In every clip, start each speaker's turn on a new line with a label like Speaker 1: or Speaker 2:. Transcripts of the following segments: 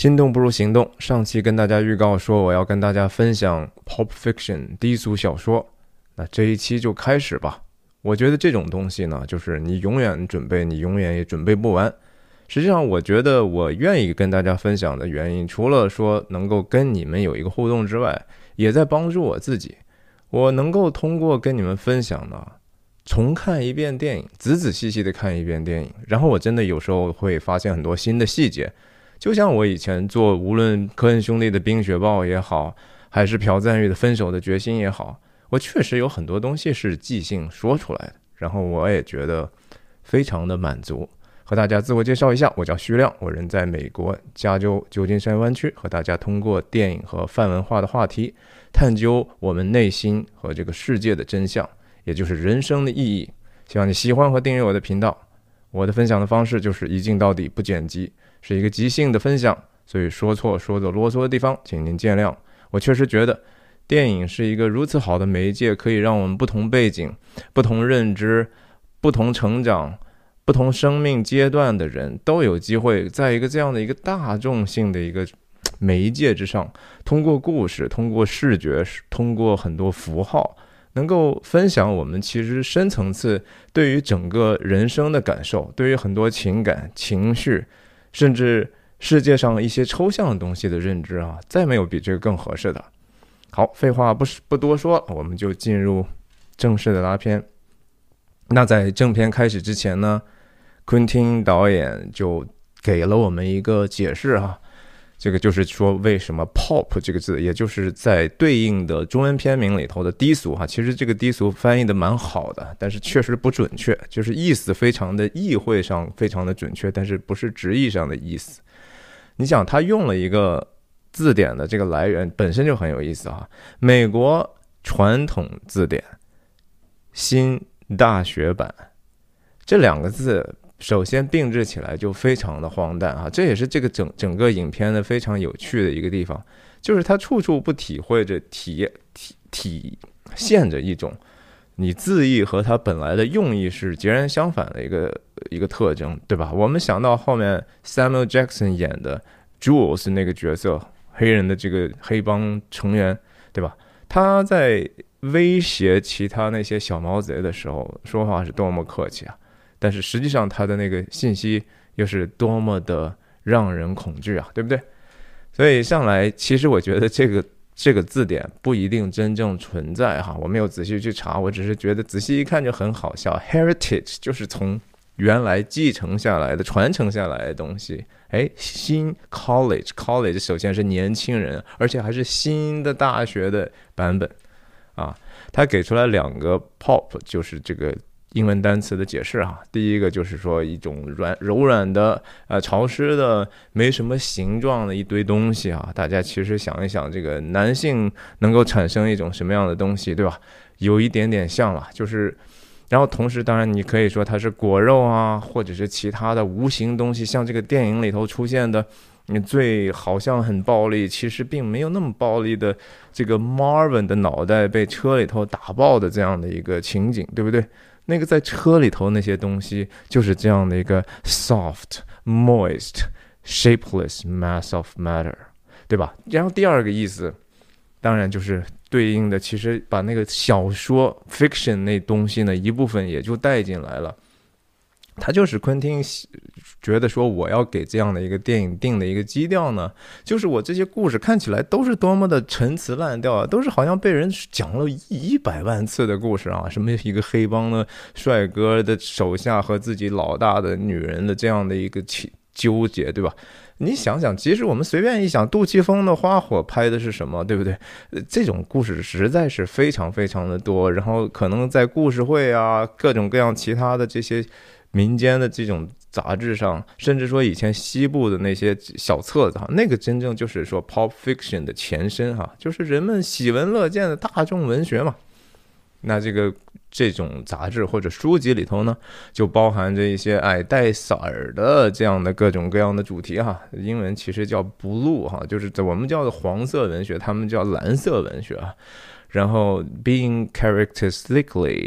Speaker 1: 心动不如行动。上期跟大家预告说我要跟大家分享 Pulp Fiction 低俗小说，那这一期就开始吧。我觉得这种东西呢，就是你永远准备，你永远也准备不完。实际上我觉得我愿意跟大家分享的原因，除了说能够跟你们有一个互动之外，也在帮助我自己。我能够通过跟你们分享呢，重看一遍电影，仔仔细细的看一遍电影，然后我真的有时候会发现很多新的细节。就像我以前做无论科恩兄弟的《冰雪暴》也好，还是朴赞郁的《分手的决心》也好，我确实有很多东西是即兴说出来的，然后我也觉得非常的满足。和大家自我介绍一下，我叫徐亮，我人在美国加州旧金山湾区，和大家通过电影和泛文化的话题，探究我们内心和这个世界的真相，也就是人生的意义。希望你喜欢和订阅我的频道。我的分享的方式就是一镜到底，不剪辑，是一个即兴的分享，所以说错说的啰嗦的地方请您见谅。我确实觉得电影是一个如此好的媒介，可以让我们不同背景、不同认知、不同成长、不同生命阶段的人都有机会在一个这样的一个大众性的一个媒介之上，通过故事、通过视觉、通过很多符号，能够分享我们其实深层次对于整个人生的感受，对于很多情感、情绪，甚至世界上一些抽象的东西的认知啊，再没有比这个更合适的。好，废话不多说，我们就进入正式的拉片。那在正片开始之前呢，昆汀导演就给了我们一个解释啊。这个就是说为什么 pop 这个字，也就是在对应的中文片名里头的低俗哈，其实这个低俗翻译的蛮好的，但是确实不准确，就是意思非常的意会上非常的准确，但是不是直译上的意思。你想他用了一个字典的这个来源本身就很有意思啊，美国传统字典新大学版，这两个字首先并置起来就非常的荒诞啊，这也是这个整个影片的非常有趣的一个地方，就是它处处不体会着体现着一种你字义和它本来的用意是截然相反的一个特征，对吧？我们想到后面 Samuel Jackson 演的 Jules 那个角色，黑人的这个黑帮成员，对吧？他在威胁其他那些小毛贼的时候，说话是多么客气啊！但是实际上他的那个信息又是多么的让人恐惧啊，对不对？所以上来其实我觉得这个字典不一定真正存在哈，我没有仔细去查，我只是觉得仔细一看就很好笑。Heritage 就是从原来继承下来的、传承下来的东西。新 college 首先是年轻人，而且还是新的大学的版本啊。他给出来两个 pop， 就是这个英文单词的解释哈。第一个就是说一种柔软的潮湿的没什么形状的一堆东西啊，大家其实想一想，这个男性能够产生一种什么样的东西，对吧？有一点点像了，就是然后同时当然你可以说它是果肉啊，或者是其他的无形东西，像这个电影里头出现的最好像很暴力，其实并没有那么暴力的这个 Marvin 的脑袋被车里头打爆的这样的一个情景，对不对？那个在车里头那些东西就是这样的一个 soft, moist, shapeless mass of matter， 对吧？然后第二个意思当然就是对应的，其实把那个小说 fiction 那东西呢一部分也就带进来了。他就是昆汀觉得说，我要给这样的一个电影定的一个基调呢，就是我这些故事看起来都是多么的陈词滥调啊，都是好像被人讲了100万次的故事啊，什么一个黑帮的帅哥的手下和自己老大的女人的这样的一个纠结，对吧？你想想，即使我们随便一想，杜琪峰的花火拍的是什么，对不对？这种故事实在是非常非常的多，然后可能在故事会啊，各种各样其他的这些民间的这种杂志上，甚至说以前西部的那些小册子哈，那个真正就是说 Pulp Fiction 的前身哈，就是人们喜闻乐见的大众文学嘛。那这种杂志或者书籍里头呢，就包含着一些带色儿的这样的各种各样的主题哈，英文其实叫 blue 哈，就是我们叫的黄色文学，他们叫蓝色文学啊。然后 being characteristically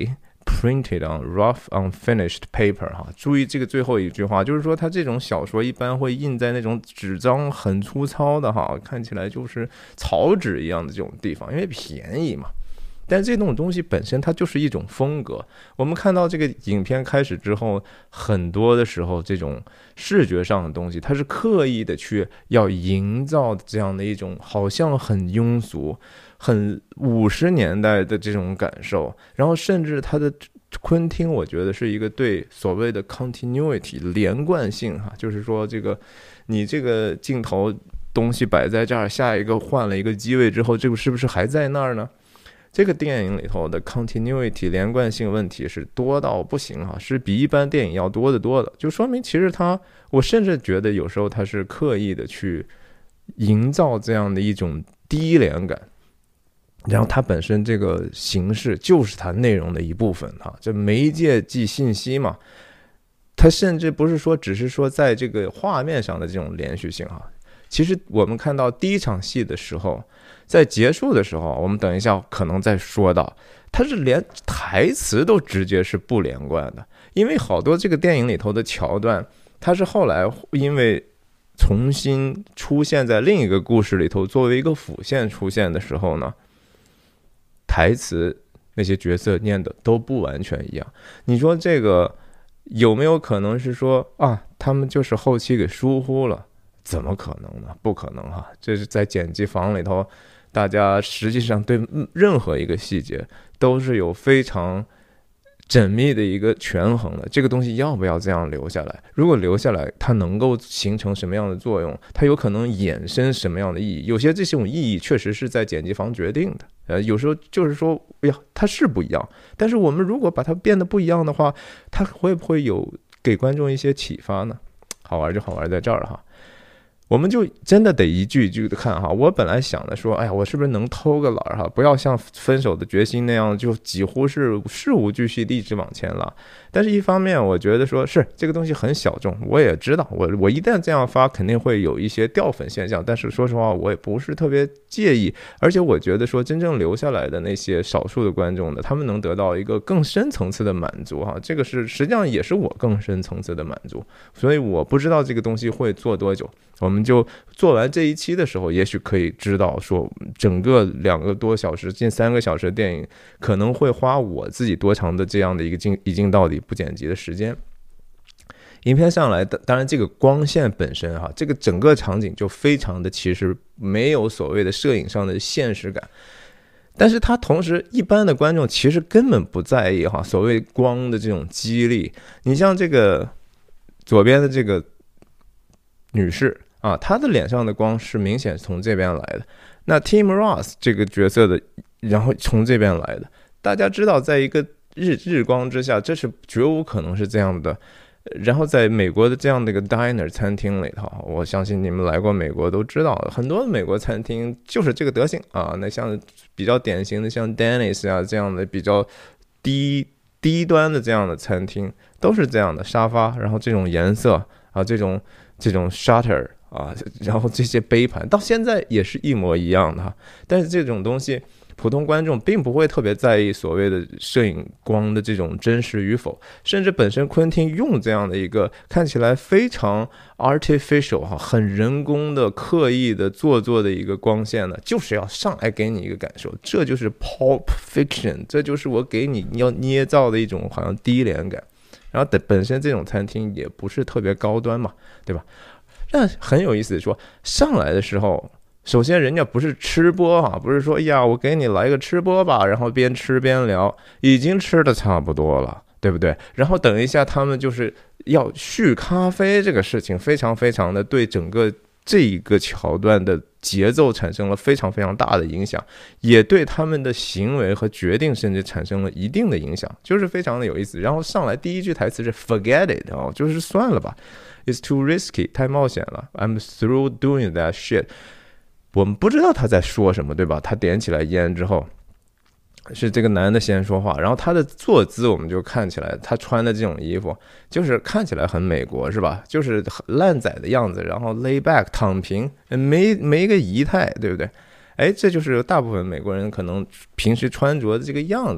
Speaker 1: printed on rough unfinished paper 哈，注意这个最后一句话，就是说它这种小说一般会印在那种纸张很粗糙的哈，看起来就是草纸一样的这种地方，因为便宜嘛。但这种东西本身它就是一种风格。我们看到这个影片开始之后，很多的时候这种视觉上的东西，它是刻意的去要营造这样的一种好像很庸俗、很50年代的这种感受。然后甚至它的昆汀，我觉得是一个对所谓的 continuity 连贯性哈，就是说这个你这个镜头东西摆在这儿，下一个换了一个机位之后，这个是不是还在那儿呢？这个电影里头的 continuity 连贯性问题是多到不行啊，是比一般电影要多得多的，就说明其实我甚至觉得有时候他是刻意的去营造这样的一种低廉感，然后它本身这个形式就是它内容的一部分啊，这媒介即信息嘛，它甚至不是说只是说在这个画面上的这种连续性啊。其实我们看到第一场戏的时候，在结束的时候，我们等一下可能再说到，它是连台词都直接是不连贯的，因为好多这个电影里头的桥段，它是后来因为重新出现在另一个故事里头，作为一个辅线出现的时候呢，台词那些角色念的都不完全一样。你说这个有没有可能是说啊，他们就是后期给疏忽了？怎么可能呢？不可能哈！这是在剪辑房里头，大家实际上对任何一个细节都是有非常缜密的一个权衡的。这个东西要不要这样留下来？如果留下来，它能够形成什么样的作用？它有可能衍生什么样的意义？有些这种意义确实是在剪辑房决定的。有时候就是说，哎呀，它是不一样。但是我们如果把它变得不一样的话，它会不会有给观众一些启发呢？好玩就好玩在这儿了哈。我们就真的得一句一句的看哈。我本来想的说，哎呀，我是不是能偷个懒哈？不要像分手的决心那样，就几乎是事无巨细的一直往前拉。但是一方面，我觉得说是这个东西很小众，我也知道，我一旦这样发，肯定会有一些掉粉现象。但是说实话，我也不是特别介意。而且我觉得说，真正留下来的那些少数的观众呢，他们能得到一个更深层次的满足哈。这个是实际上也是我更深层次的满足。所以我不知道这个东西会做多久。我们就做完这一期的时候，也许可以知道说，整个2个多小时、近3个小时的电影，可能会花我自己多长的这样的一个一镜到底不剪辑的时间。影片上来的，当然这个光线本身哈，这个整个场景就非常的其实没有所谓的摄影上的现实感。但是它同时，一般的观众其实根本不在意哈，所谓光的这种激励。你像这个左边的这个女士啊，她的脸上的光是明显从这边来的。那 Tim Roth 这个角色的，然后从这边来的。大家知道，在一个日光之下，这是绝无可能是这样的。然后在美国的这样的一个 diner 餐厅里头，我相信你们来过美国都知道，很多美国餐厅就是这个德行啊。那像比较典型的像 Denny's 啊这样的比较低端的这样的餐厅，都是这样的沙发，然后这种颜色啊，这种 shutter 啊，然后这些杯盘到现在也是一模一样的。但是这种东西普通观众并不会特别在意所谓的摄影光的这种真实与否，甚至本身昆汀用这样的一个看起来非常 artificial 很人工的刻意的做作的一个光线呢，就是要上来给你一个感受，这就是 pulp fiction， 这就是我给你要捏造的一种好像低廉感。然后本身这种餐厅也不是特别高端嘛，对吧？但很有意思的说，上来的时候，首先人家不是吃播啊，不是说呀我给你来个吃播吧，然后边吃边聊，已经吃的差不多了，对不对？然后等一下他们就是要续咖啡，这个事情非常非常的对整个这一个桥段的节奏产生了非常非常大的影响，也对他们的行为和决定甚至产生了一定的影响，就是非常的有意思。然后上来第一句台词是 Forget it 哦，就是算了吧 ，It's too risky， 太冒险了 ，I'm through doing that shit。我们不知道他在说什么，对吧？他点起来烟之后，是这个男的先说话，然后他的坐姿我们就看起来，他穿的这种衣服就是看起来很美国，是吧？就是很烂仔的样子，然后 lay back 躺平，没一个仪态，对不对？哎，这就是大部分美国人可能平时穿着的这个样子。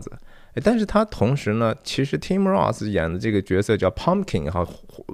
Speaker 1: 但是他同时呢，其实 Tim Roth 演的这个角色叫 Pumpkin 哈，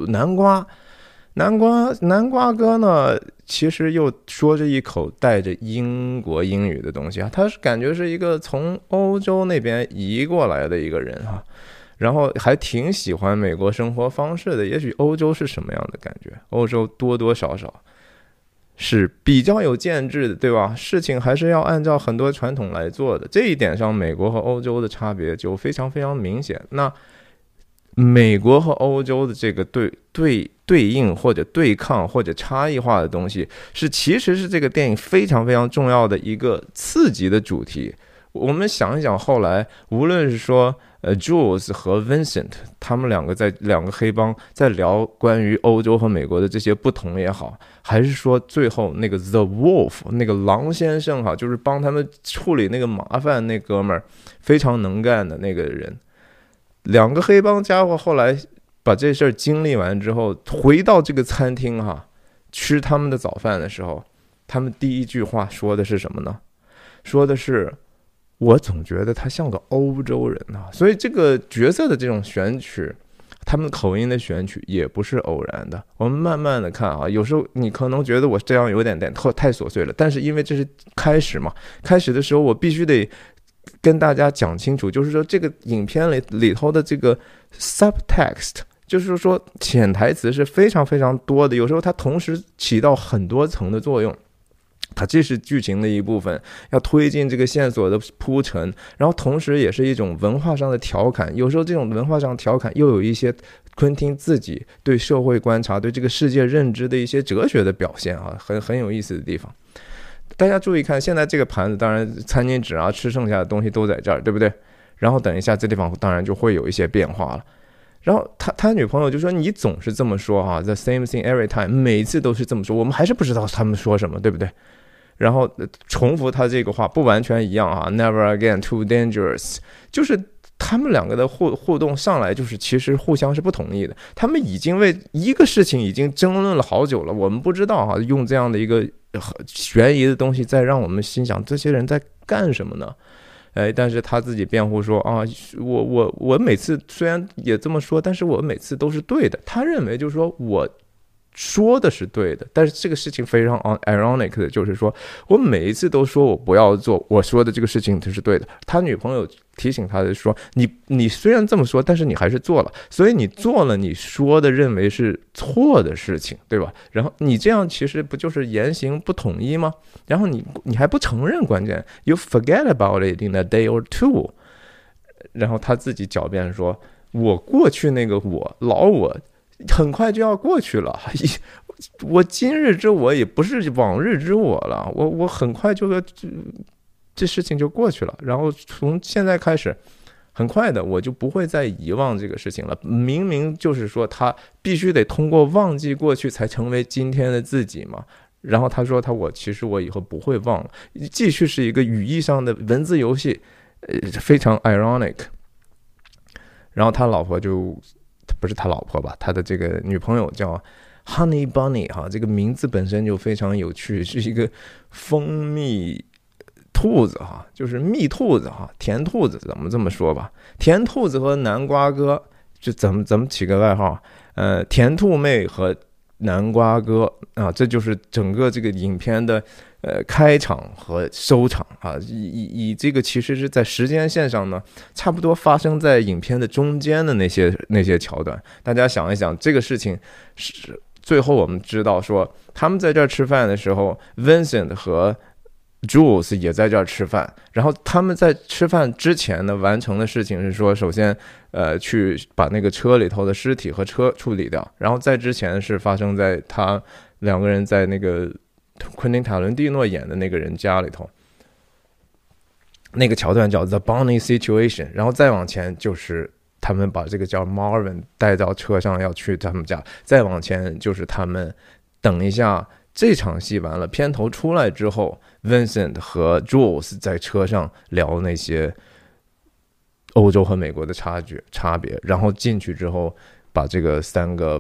Speaker 1: 南瓜哥呢，其实又说着一口带着英国英语的东西啊，他是感觉是一个从欧洲那边移过来的一个人哈，然后还挺喜欢美国生活方式的。也许欧洲是什么样的感觉？欧洲多多少少是比较有建制的，对吧？事情还是要按照很多传统来做的。这一点上，美国和欧洲的差别就非常非常明显。那美国和欧洲的这个对应或者对抗或者差异化的东西，其实是这个电影非常非常重要的一个刺激的主题。我们想一想，后来无论是说Jules 和 Vincent 他们两个黑帮在聊关于欧洲和美国的这些不同也好，还是说最后那个 The Wolf 那个狼先生哈，就是帮他们处理那个麻烦那哥们儿非常能干的那个人，两个黑帮家伙后来把这事儿经历完之后，回到这个餐厅哈，吃他们的早饭的时候，他们第一句话说的是什么呢？说的是我总觉得他像个欧洲人啊。所以这个角色的这种选取，他们口音的选取也不是偶然的。我们慢慢的看啊，有时候你可能觉得我这样有点太琐碎了，但是因为这是开始嘛，开始的时候我必须得跟大家讲清楚，就是说这个影片里头的这个 subtext， 就是说潜台词是非常非常多的，有时候它同时起到很多层的作用。它这是剧情的一部分，要推进这个线索的铺陈，然后同时也是一种文化上的调侃。有时候这种文化上的调侃又有一些昆汀自己对社会观察、对这个世界认知的一些哲学的表现啊，很有意思的地方。大家注意看，现在这个盘子，当然餐巾纸啊，吃剩下的东西都在这儿，对不对？然后等一下，这地方当然就会有一些变化了。然后他女朋友就说：“你总是这么说啊 ，the same thing every time， 每次都是这么说，我们还是不知道他们说什么，对不对？”然后重复他这个话，不完全一样啊 ，never again too dangerous， 就是他们两个的互动上来就是其实互相是不同意的，他们已经为一个事情已经争论了好久了，我们不知道啊，用这样的一个悬疑的东西再让我们心想这些人在干什么呢？但是他自己辩护说啊，我每次虽然也这么说，但是我每次都是对的。他认为就是说我说的是对的，但是这个事情非常 ironic 的，就是说我每一次都说我不要做，我说的这个事情就是对的。他女朋友提醒他的说，你虽然这么说，但是你还是做了，所以你做了你说的认为是错的事情，对吧？然后你这样其实不就是言行不统一吗？然后你还不承认，关键 you forget about it in a day or two。然后他自己狡辩说，我过去那个老我很快就要过去了，我今日之我也不是往日之我了，我很快就要这事情就过去了，然后从现在开始很快的我就不会再遗忘这个事情了。明明就是说他必须得通过忘记过去才成为今天的自己嘛。然后他说其实我以后不会忘了，继续是一个语义上的文字游戏，非常 ironic。然后他老婆就不是他老婆吧，他的这个女朋友叫 Honey Bunny 哈，这个名字本身就非常有趣，是一个蜂蜜兔子哈，就是蜜兔子哈，甜兔子怎么这么说吧？甜兔子和南瓜哥就怎么起个外号？甜兔妹和南瓜哥啊，这就是整个这个影片的开场和收场啊，以这个其实是在时间线上呢，差不多发生在影片的中间的那些桥段。大家想一想，这个事情是最后我们知道说，他们在这儿吃饭的时候 ，Vincent 和 Jules 也在这儿吃饭，然后他们在吃饭之前呢，完成的事情是说，首先去把那个车里头的尸体和车处理掉，然后在之前是发生在他两个人在那个昆汀塔伦蒂诺演的那个人家里头，那个桥段叫 The Bonnie Situation， 然后再往前就是他们把这个叫 Marvin 带到车上要去他们家，再往前就是他们等一下这场戏完了，片头出来之后 Vincent 和 Jules 在车上聊那些欧洲和美国的差别，然后进去之后把这个三个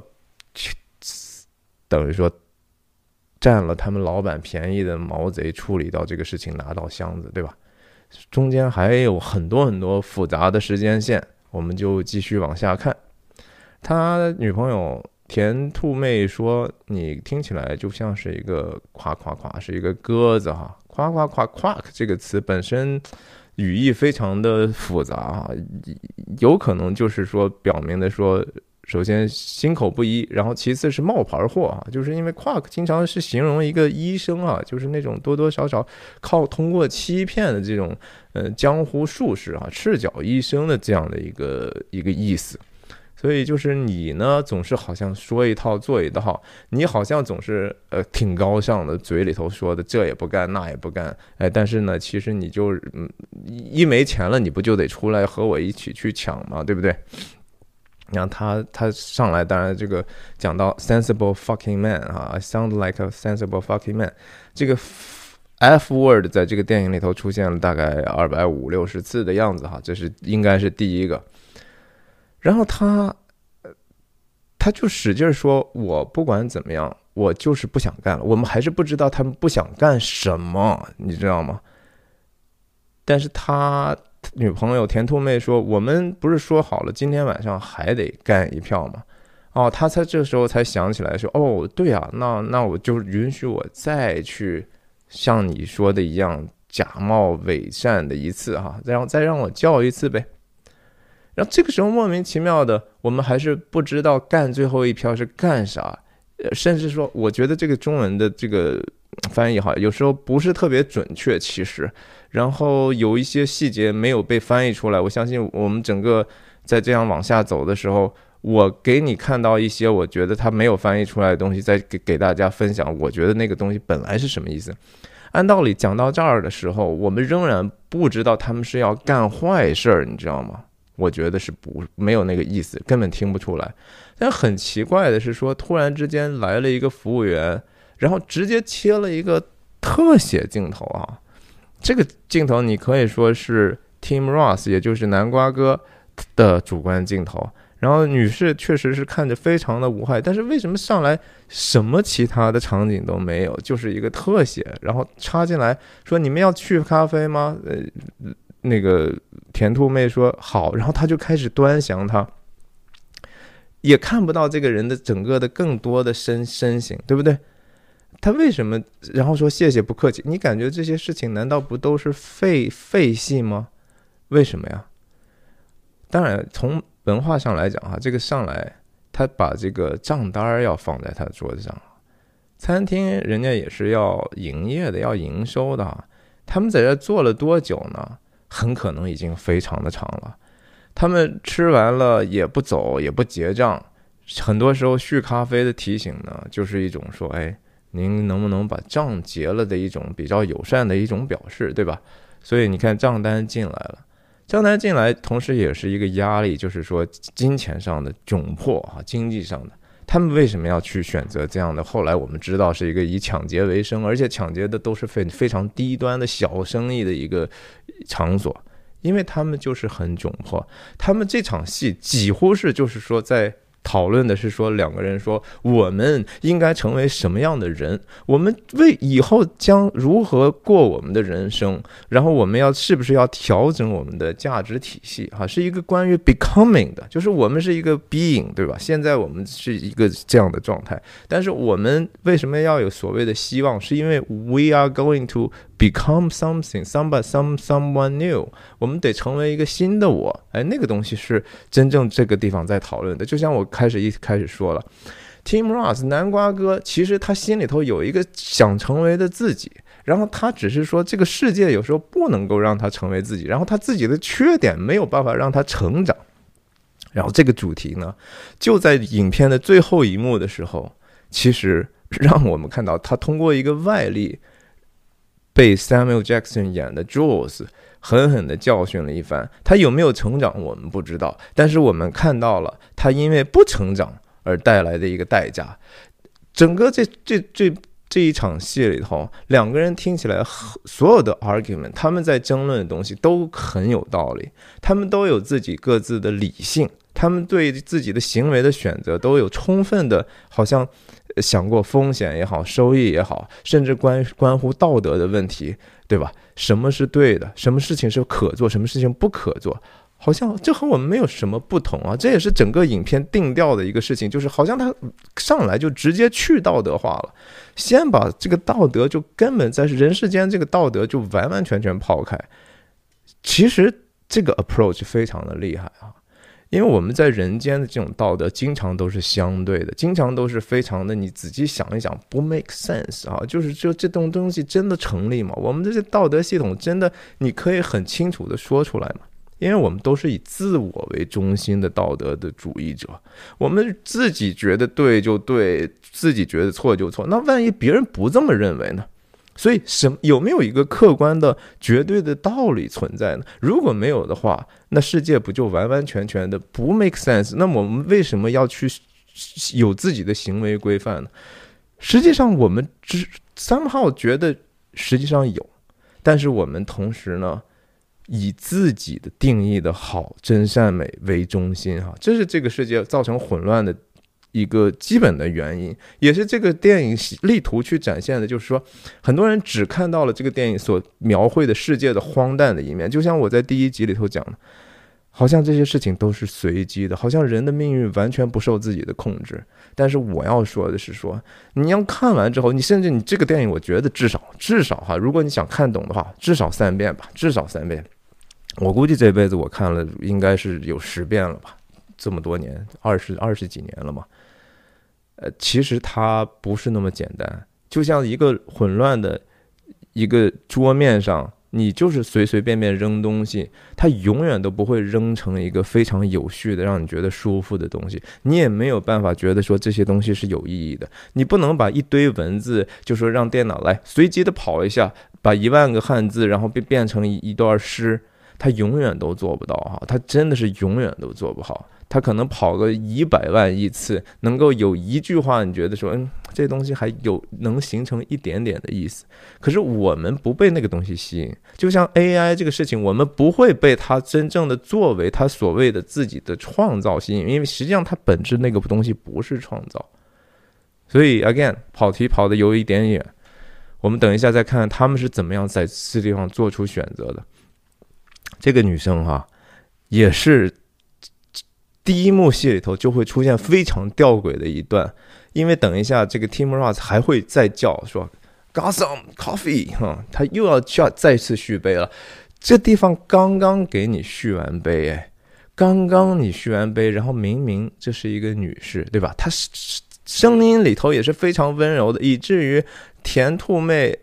Speaker 1: 等于说占了他们老板便宜的毛贼处理到这个事情，拿到箱子，对吧？ 中间还有很多很多复杂的时间线，我们就继续往下看。他女朋友田兔妹说：“你听起来就像是一个夸夸夸，是一个鸽子哈，夸夸夸 quack 这个词本身语义非常的复杂啊，有可能就是说表明的说。”首先心口不一，然后其次是冒牌货啊，就是因为 quack 经常是形容一个医生啊，就是那种多多少少靠通过欺骗的这种江湖术士啊，赤脚医生的这样的一个意思。所以就是你呢总是好像说一套做一套，你好像总是挺高尚的，嘴里头说的这也不干那也不干，但是呢其实你就一没钱了，你不就得出来和我一起去抢嘛，对不对？然后他上来，当然这个讲到 sensible fucking man 啊 ，I sound like a sensible fucking man， 这个 F word 在这个电影里头出现了大概250-260次的样子哈，这是应该是第一个。然后他就使劲说，我不管怎么样，我就是不想干了。我们还是不知道他们不想干什么，你知道吗？但是他女朋友田兔妹说：“我们不是说好了今天晚上还得干一票吗？”哦，他才这时候才想起来说：“哦，对啊，那我就允许我再去像你说的一样假冒伪善的一次哈，再让我叫一次呗。”然后这个时候莫名其妙的，我们还是不知道干最后一票是干啥，甚至说，我觉得这个中文的这个翻译哈，有时候不是特别准确，其实。然后有一些细节没有被翻译出来，我相信我们整个在这样往下走的时候，我给你看到一些我觉得他没有翻译出来的东西，再给大家分享，我觉得那个东西本来是什么意思。按道理讲到这儿的时候，我们仍然不知道他们是要干坏事儿，你知道吗？我觉得是没有那个意思，根本听不出来。但很奇怪的是说，突然之间来了一个服务员，然后直接切了一个特写镜头啊。这个镜头你可以说是 Tim Ross， 也就是南瓜哥的主观镜头。然后女士确实是看着非常的无害，但是为什么上来什么其他的场景都没有，就是一个特写，然后插进来说你们要去咖啡吗？那个田兔妹说好，然后他就开始端详他，也看不到这个人的整个的更多的身形，对不对？他为什么然后说谢谢不客气？你感觉这些事情难道不都是废戏吗？为什么呀？当然从文化上来讲哈，这个上来他把这个账单要放在他的桌子上，餐厅人家也是要营业的，要营收的，他们在这做了多久呢？很可能已经非常的长了。他们吃完了也不走，也不结账，很多时候续咖啡的提醒呢，就是一种说，您能不能把账结了的一种比较友善的一种表示，对吧？所以你看账单进来了，账单进来同时也是一个压力，就是说金钱上的窘迫啊，经济上的。他们为什么要去选择这样的？后来我们知道是一个以抢劫为生，而且抢劫的都是非常低端的小生意的一个场所，因为他们就是很窘迫。他们这场戏几乎是就是说在讨论的是说，两个人说我们应该成为什么样的人，我们为以后将如何过我们的人生，然后我们是不是要调整我们的价值体系啊，是一个关于 becoming 的，就是我们是一个 being， 对吧？现在我们是一个这样的状态，但是我们为什么要有所谓的希望，是因为 we are going to become someone new， 我们得成为一个新的我。那个东西是真正这个地方在讨论的。就像我一开始说了 Tim Ross 南瓜哥其实他心里头有一个想成为的自己，然后他只是说这个世界有时候不能够让他成为自己，然后他自己的缺点没有办法让他成长。然后这个主题呢，就在影片的最后一幕的时候，其实让我们看到他通过一个外力被 Samuel Jackson 演的 Jules 狠狠地教训了一番。他有没有成长我们不知道，但是我们看到了他因为不成长而带来的一个代价。整个这一场戏里头，两个人听起来所有的 argument， 他们在争论的东西都很有道理，他们都有自己各自的理性，他们对自己的行为的选择都有充分的好像想过风险也好，收益也好，甚至关乎道德的问题，对吧？什么是对的，什么事情是可做，什么事情不可做，好像这和我们没有什么不同啊。这也是整个影片定调的一个事情，就是好像他上来就直接去道德化了，先把这个道德就根本在人世间这个道德就完完全全抛开。其实这个 approach 非常的厉害啊。因为我们在人间的这种道德经常都是相对的，经常都是非常的，你仔细想一想不 make sense 啊，就是这种东西真的成立吗？我们这些道德系统真的你可以很清楚的说出来吗？因为我们都是以自我为中心的道德的主义者，我们自己觉得对就对，自己觉得错就错，那万一别人不这么认为呢？所以有没有一个客观的绝对的道理存在呢？如果没有的话，那世界不就完完全全的不 make sense？ 那么我们为什么要去有自己的行为规范呢？实际上我们somehow觉得实际上有，但是我们同时呢以自己的定义的好真善美为中心哈，这是这个世界造成混乱的一个基本的原因，也是这个电影力图去展现的，就是说很多人只看到了这个电影所描绘的世界的荒诞的一面，就像我在第一集里头讲的，好像这些事情都是随机的，好像人的命运完全不受自己的控制。但是我要说的是说，你要看完之后，你甚至你这个电影我觉得至少哈，如果你想看懂的话，至少3遍吧，至少3遍。我估计这辈子我看了应该是有10遍了吧，这么多年20几年了嘛。其实它不是那么简单，就像一个混乱的一个桌面上，你就是随随便便扔东西，它永远都不会扔成一个非常有序的让你觉得舒服的东西，你也没有办法觉得说这些东西是有意义的。你不能把一堆文字就说让电脑来随机的跑一下，把10000个汉字然后变成一段诗，它永远都做不到哈，它真的是永远都做不好。他可能跑个100万亿次，能够有一句话你觉得说这东西还有能形成一点点的意思。可是我们不被那个东西吸引，就像 AI 这个事情，我们不会被它真正的作为它所谓的自己的创造吸引，因为实际上它本质那个东西不是创造。所以 again 跑题跑得有一点远，我们等一下再看他们是怎么样在这地方做出选择的。这个女生哈也是第一幕戏里头就会出现非常吊诡的一段，因为等一下这个 Tim Roth 还会再叫说 Got some coffee 他又要再次续杯了。这地方刚刚给你续完杯，刚刚你续完杯，然后明明这是一个女士，对吧？她声音里头也是非常温柔的，以至于甜兔妹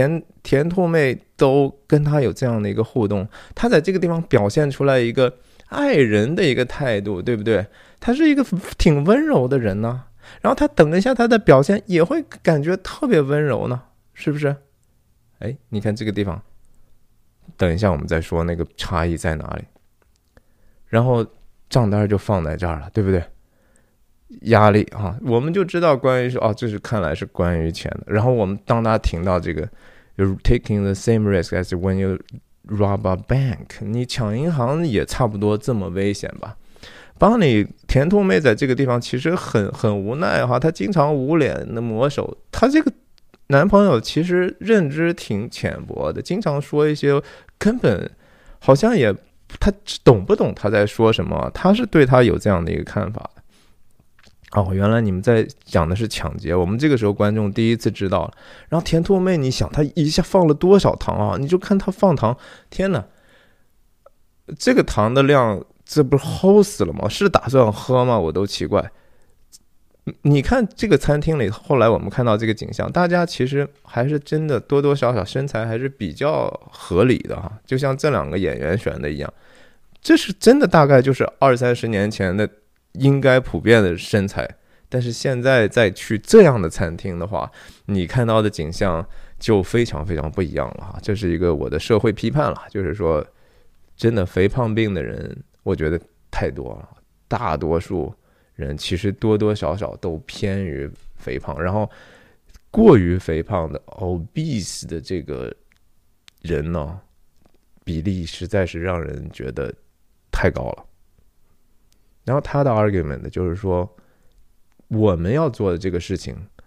Speaker 1: 都跟她有这样的一个互动。她在这个地方表现出来一个爱人的一个态度，对不对？他是一个挺温柔的人呢，然后他等一下他的表现也会感觉特别温柔呢，是不是？你看这个地方，等一下我们再说那个差异在哪里。然后账单就放在这儿了，对不对？压力啊，我们就知道关于说这是看来是关于钱的。然后我们当他听到这个 You're taking the same risk as when you rob a bank， 你抢银行也差不多这么危险吧？帮你甜兔妹在这个地方其实很无奈哈，她经常捂脸的抹手，她这个男朋友其实认知挺浅薄的，经常说一些根本好像也他懂不懂他在说什么，他是对他有这样的一个看法的。原来你们在讲的是抢劫，我们这个时候观众第一次知道了。然后甜兔妹，你想她一下放了多少糖啊？你就看她放糖，天哪，这个糖的量，这不是齁死了吗？是打算喝吗？我都奇怪。你看这个餐厅里，后来我们看到这个景象，大家其实还是真的多多少少身材还是比较合理的哈，就像这2个演员选的一样，这是真的大概就是20-30年前的应该普遍的身材。但是现在再去这样的餐厅的话，你看到的景象就非常非常不一样了哈。这是一个我的社会批判了，就是说真的肥胖病的人我觉得太多了，大多数人其实多多少少都偏于肥胖，然后过于肥胖的 obese 的这个人呢，比例实在是让人觉得太高了。然后他的 argument 就是说，我们要做的这个事情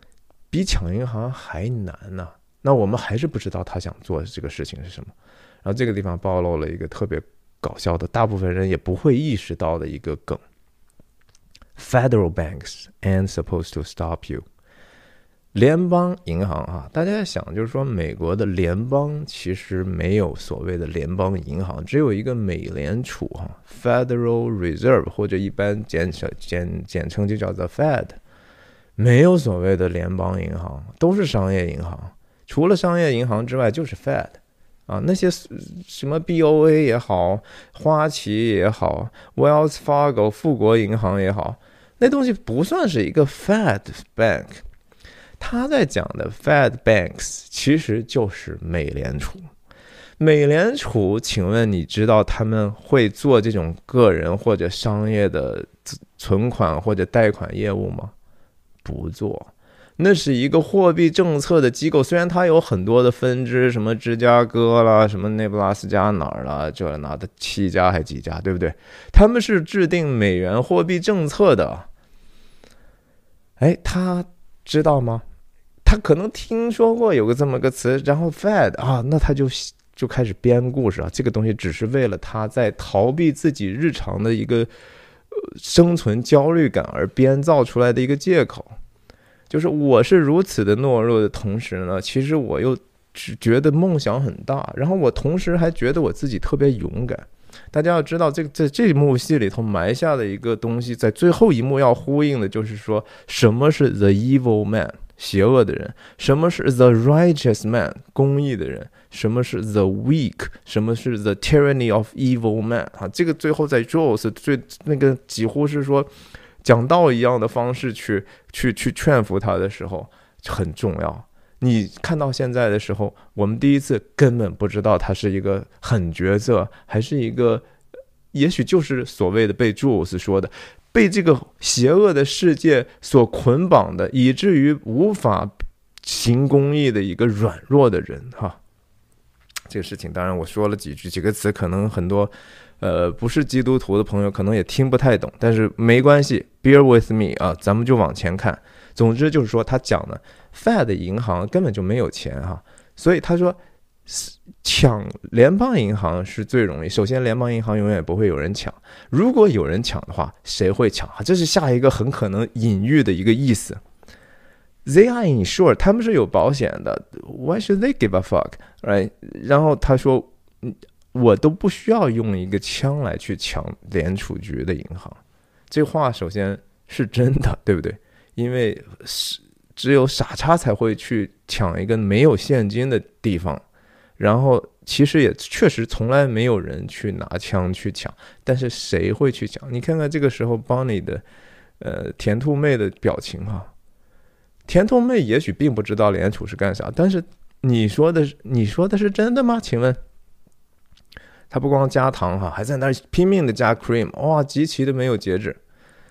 Speaker 1: 比抢银行还难呢。那我们还是不知道他想做的这个事情是什么。然后这个地方暴露了一个特别搞笑的，大部分人也不会意识到的一个梗。Federal banks ain't supposed to stop you。联邦银行啊，大家在想，就是说美国的联邦其实没有所谓的联邦银行，只有一个美联储哈 ，Federal Reserve 或者一般简称就叫做 Fed， 没有所谓的联邦银行，都是商业银行，除了商业银行之外就是 Fed 啊，那些什么 BOA 也好，花旗也好 ，Wells Fargo 富国银行也好，那东西不算是一个 Fed Bank。他在讲的 Fed Banks 其实就是美联储。美联储，请问你知道他们会做这种个人或者商业的存款或者贷款业务吗？不做。那是一个货币政策的机构，虽然它有很多的分支，什么芝加哥啦，什么内布拉斯加哪儿啦，这哪的7家还几家，对不对？他们是制定美元货币政策的。哎，他知道吗？他可能听说过有个这么个词，然后 Fed 啊，那他就开始编故事啊。这个东西只是为了他在逃避自己日常的一个生存焦虑感而编造出来的一个借口。就是我是如此的懦弱的同时呢，其实我又只觉得梦想很大，然后我同时还觉得我自己特别勇敢。大家要知道，这一幕戏里头埋下的一个东西，在最后一幕要呼应的就是说，什么是 the evil man， 邪恶的人，什么是 the righteous man， 公义的人，什么是 the weak， 什么是 the tyranny of evil man 啊，这个最后在 Jaws 最那个几乎是说讲道一样的方式去劝服他的时候很重要。你看到现在的时候，我们第一次根本不知道他是一个狠角色，还是一个也许就是所谓的被Jules说的被这个邪恶的世界所捆绑的，以至于无法行公义的一个软弱的人哈。这个事情当然我说了几个词，可能很多不是基督徒的朋友可能也听不太懂，但是没关系 ，bear with me 啊，咱们就往前看。总之就是说，他讲的 Fed 银行根本就没有钱哈，所以他说抢联邦银行是最容易。首先，联邦银行永远不会有人抢，如果有人抢的话，谁会抢？这是下一个很可能隐喻的一个意思。They are insured， 他们是有保险的。Why should they give a fuck？ Right？ 然后他说，我都不需要用一个枪来去抢联储局的银行。这话首先是真的，对不对？因为只有傻叉才会去抢一个没有现金的地方，然后其实也确实从来没有人去拿枪去抢，但是谁会去抢？你看看这个时候 Bonnie 的甜兔妹的表情哈，甜兔妹也许并不知道联储是干啥，但是你说的是真的吗？请问？他不光加糖哈，还在那儿拼命的加 cream， 哇，极其的没有节制。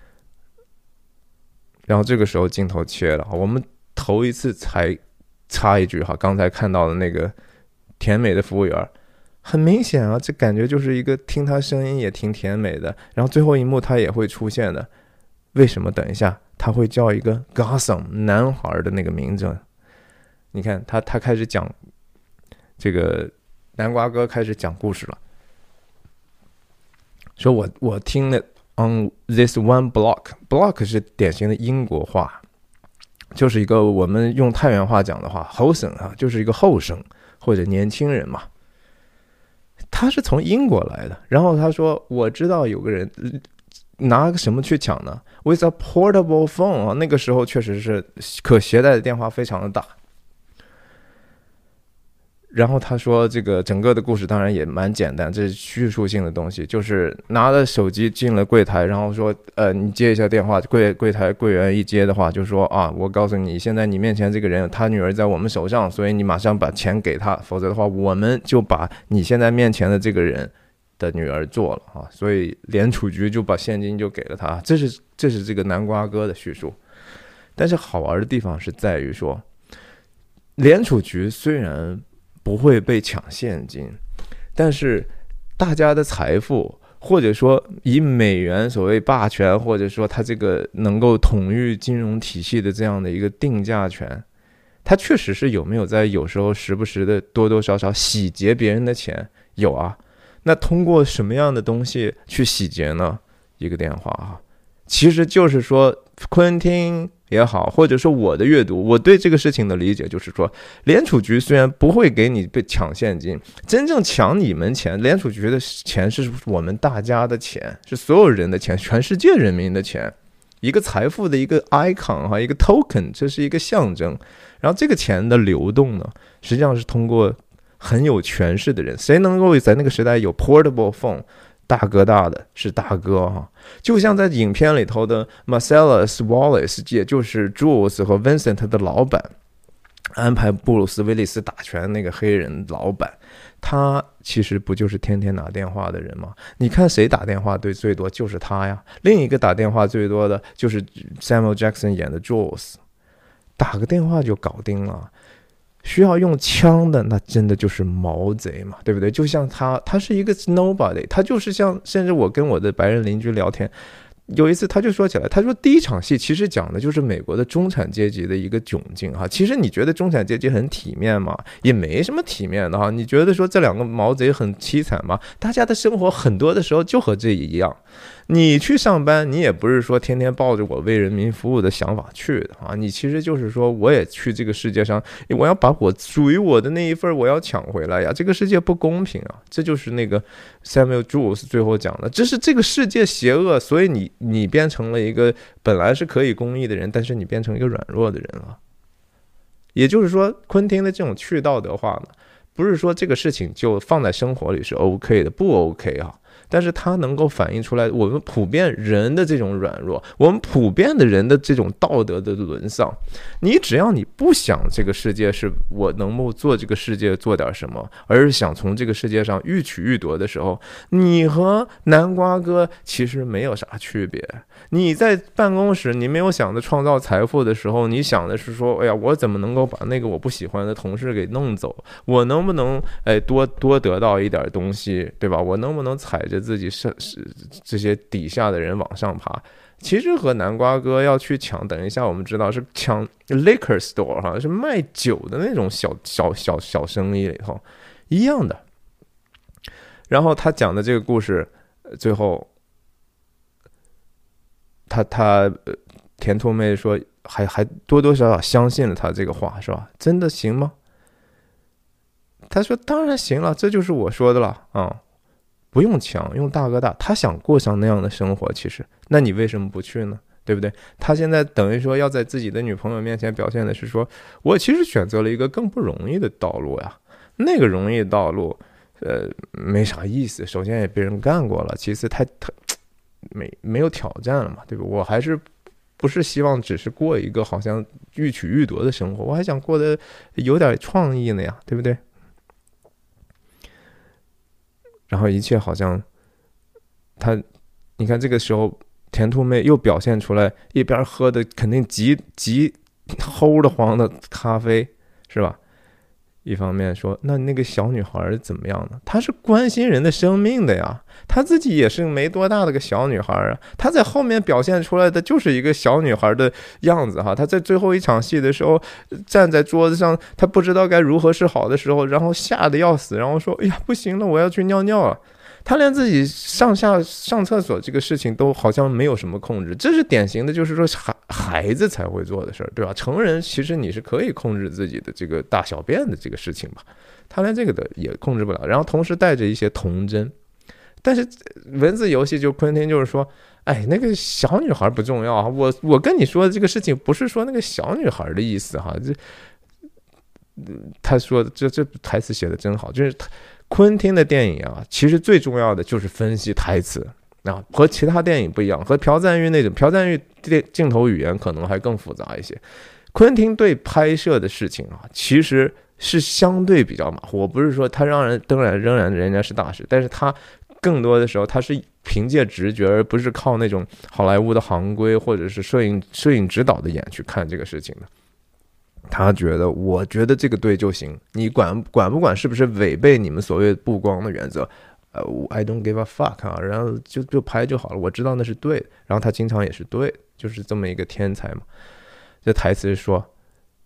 Speaker 1: 然后这个时候镜头切了，我们头一次才插一句哈，刚才看到的那个甜美的服务员，很明显啊，这感觉就是一个听他声音也挺甜美的，然后最后一幕他也会出现的。为什么等一下他会叫一个 Gotham 男孩的那个名字？你看他开始讲这个南瓜哥开始讲故事了，说我听了。On this one block 是典型的英国话，就是一个我们用太原话讲的话，后生啊，就是一个后生或者年轻人嘛。他是从英国来的，然后他说我知道有个人拿个什么去抢呢 ？With a portable phone 啊，那个时候确实是可携带的电话非常的大。然后他说这个整个的故事当然也蛮简单，这是叙述性的东西，就是拿了手机进了柜台，然后说你接一下电话，柜台柜员一接的话就说啊，我告诉你现在你面前这个人他女儿在我们手上，所以你马上把钱给他，否则的话我们就把你现在面前的这个人的女儿做了啊，所以联储局就把现金就给了他。这是这个南瓜哥的叙述。但是好玩的地方是在于说，联储局虽然不会被抢现金，但是大家的财富，或者说以美元所谓霸权，或者说它这个能够统御金融体系的这样的一个定价权， 他确实是有没有在有时候时不时的多多少少洗劫别人的钱？有啊。那通过什么样的东西去洗劫呢？一个电话啊，其实就是说昆汀也好，或者说我的阅读，我对这个事情的理解就是说，联储局虽然不会给你被抢现金，真正抢你们钱，联储局的钱是我们大家的钱，是所有人的钱，全世界人民的钱，一个财富的一个 icon 哈，一个 token， 这是一个象征。然后这个钱的流动呢，实际上是通过很有权势的人，谁能够在那个时代有 portable phone， 大哥大的是大哥哈。就像在影片里头的 Marcellus Wallace， 也就是 Jules 和 Vincent 的老板，安排布鲁斯威利斯打拳那个黑人老板，他其实不就是天天打电话的人吗？你看谁打电话最多就是他呀。另一个打电话最多的就是 Samuel Jackson 演的 Jules， 打个电话就搞定了。需要用枪的，那真的就是毛贼嘛，对不对？就像他是一个 nobody， 他就是像，甚至我跟我的白人邻居聊天，有一次他就说起来，他说第一场戏其实讲的就是美国的中产阶级的一个窘境哈。其实你觉得中产阶级很体面吗？也没什么体面的哈。你觉得说这两个毛贼很凄惨吗？大家的生活很多的时候就和这一样。你去上班，你也不是说天天抱着我为人民服务的想法去的啊，你其实就是说我也去这个世界上，我要把我属于我的那一份我要抢回来呀，这个世界不公平啊，这就是那个 Samuel Jules 最后讲的，这是这个世界邪恶，所以你变成了一个本来是可以公义的人，但是你变成一个软弱的人了。也就是说，昆汀的这种去道德化呢，不是说这个事情就放在生活里是 OK 的，不 OK 啊。但是它能够反映出来我们普遍人的这种软弱，我们普遍的人的这种道德的沦丧。你只要你不想这个世界是我能够做这个世界做点什么，而是想从这个世界上欲取欲夺的时候，你和南瓜哥其实没有啥区别。你在办公室你没有想着创造财富的时候，你想的是说，哎呀，我怎么能够把那个我不喜欢的同事给弄走，我能不能多得到一点东西，对吧？我能不能踩着自己是这些底下的人往上爬？其实和南瓜哥要去抢，等一下我们知道是抢 liquor store 哈，是卖酒的那种小生意里头一样的。然后他讲的这个故事，最后他田兔妹说还多多少少相信了他这个话，是吧？真的行吗？他说当然行了，这就是我说的了啊。不用抢，用大哥大，他想过上那样的生活，其实，那你为什么不去呢？对不对？他现在等于说要在自己的女朋友面前表现的是说，我其实选择了一个更不容易的道路呀，那个容易的道路，没啥意思。首先也被人干过了，其次他没有挑战了嘛，对吧？我还是不是希望只是过一个好像欲取欲夺的生活，我还想过得有点创意呢呀，对不对？然后一切好像你看这个时候田兔妹又表现出来，一边喝的肯定极齁的慌的咖啡，是吧？一方面说那个小女孩怎么样呢？她是关心人的生命的呀，她自己也是没多大的个小女孩啊，她在后面表现出来的就是一个小女孩的样子哈。她在最后一场戏的时候站在桌子上，她不知道该如何是好的时候，然后吓得要死，然后说哎呀不行了，我要去尿尿了。他连自己上厕所这个事情都好像没有什么控制，这是典型的就是说孩子才会做的事儿，对吧？成人其实你是可以控制自己的这个大小便的这个事情吧，他连这个的也控制不了，然后同时带着一些童真。但是文字游戏就昆汀就是说，哎，那个小女孩不重要啊，我跟你说的这个事情不是说那个小女孩的意思哈，他说的这台词写的真好，就是昆汀的电影啊，其实最重要的就是分析台词啊，和其他电影不一样，和朴赞玉那种，朴赞玉镜头语言可能还更复杂一些。昆汀对拍摄的事情啊，其实是相对比较马虎。我不是说他仍然人家是大师，但是他更多的时候他是凭借直觉，而不是靠那种好莱坞的行规或者是摄影指导的眼去看这个事情的。他觉得，我觉得这个对就行，你管不管是不是违背你们所谓曝光的原则，I don't give a fuck 啊，然后就拍就好了，我知道那是对的，然后他经常也是对的，就是这么一个天才嘛。这台词说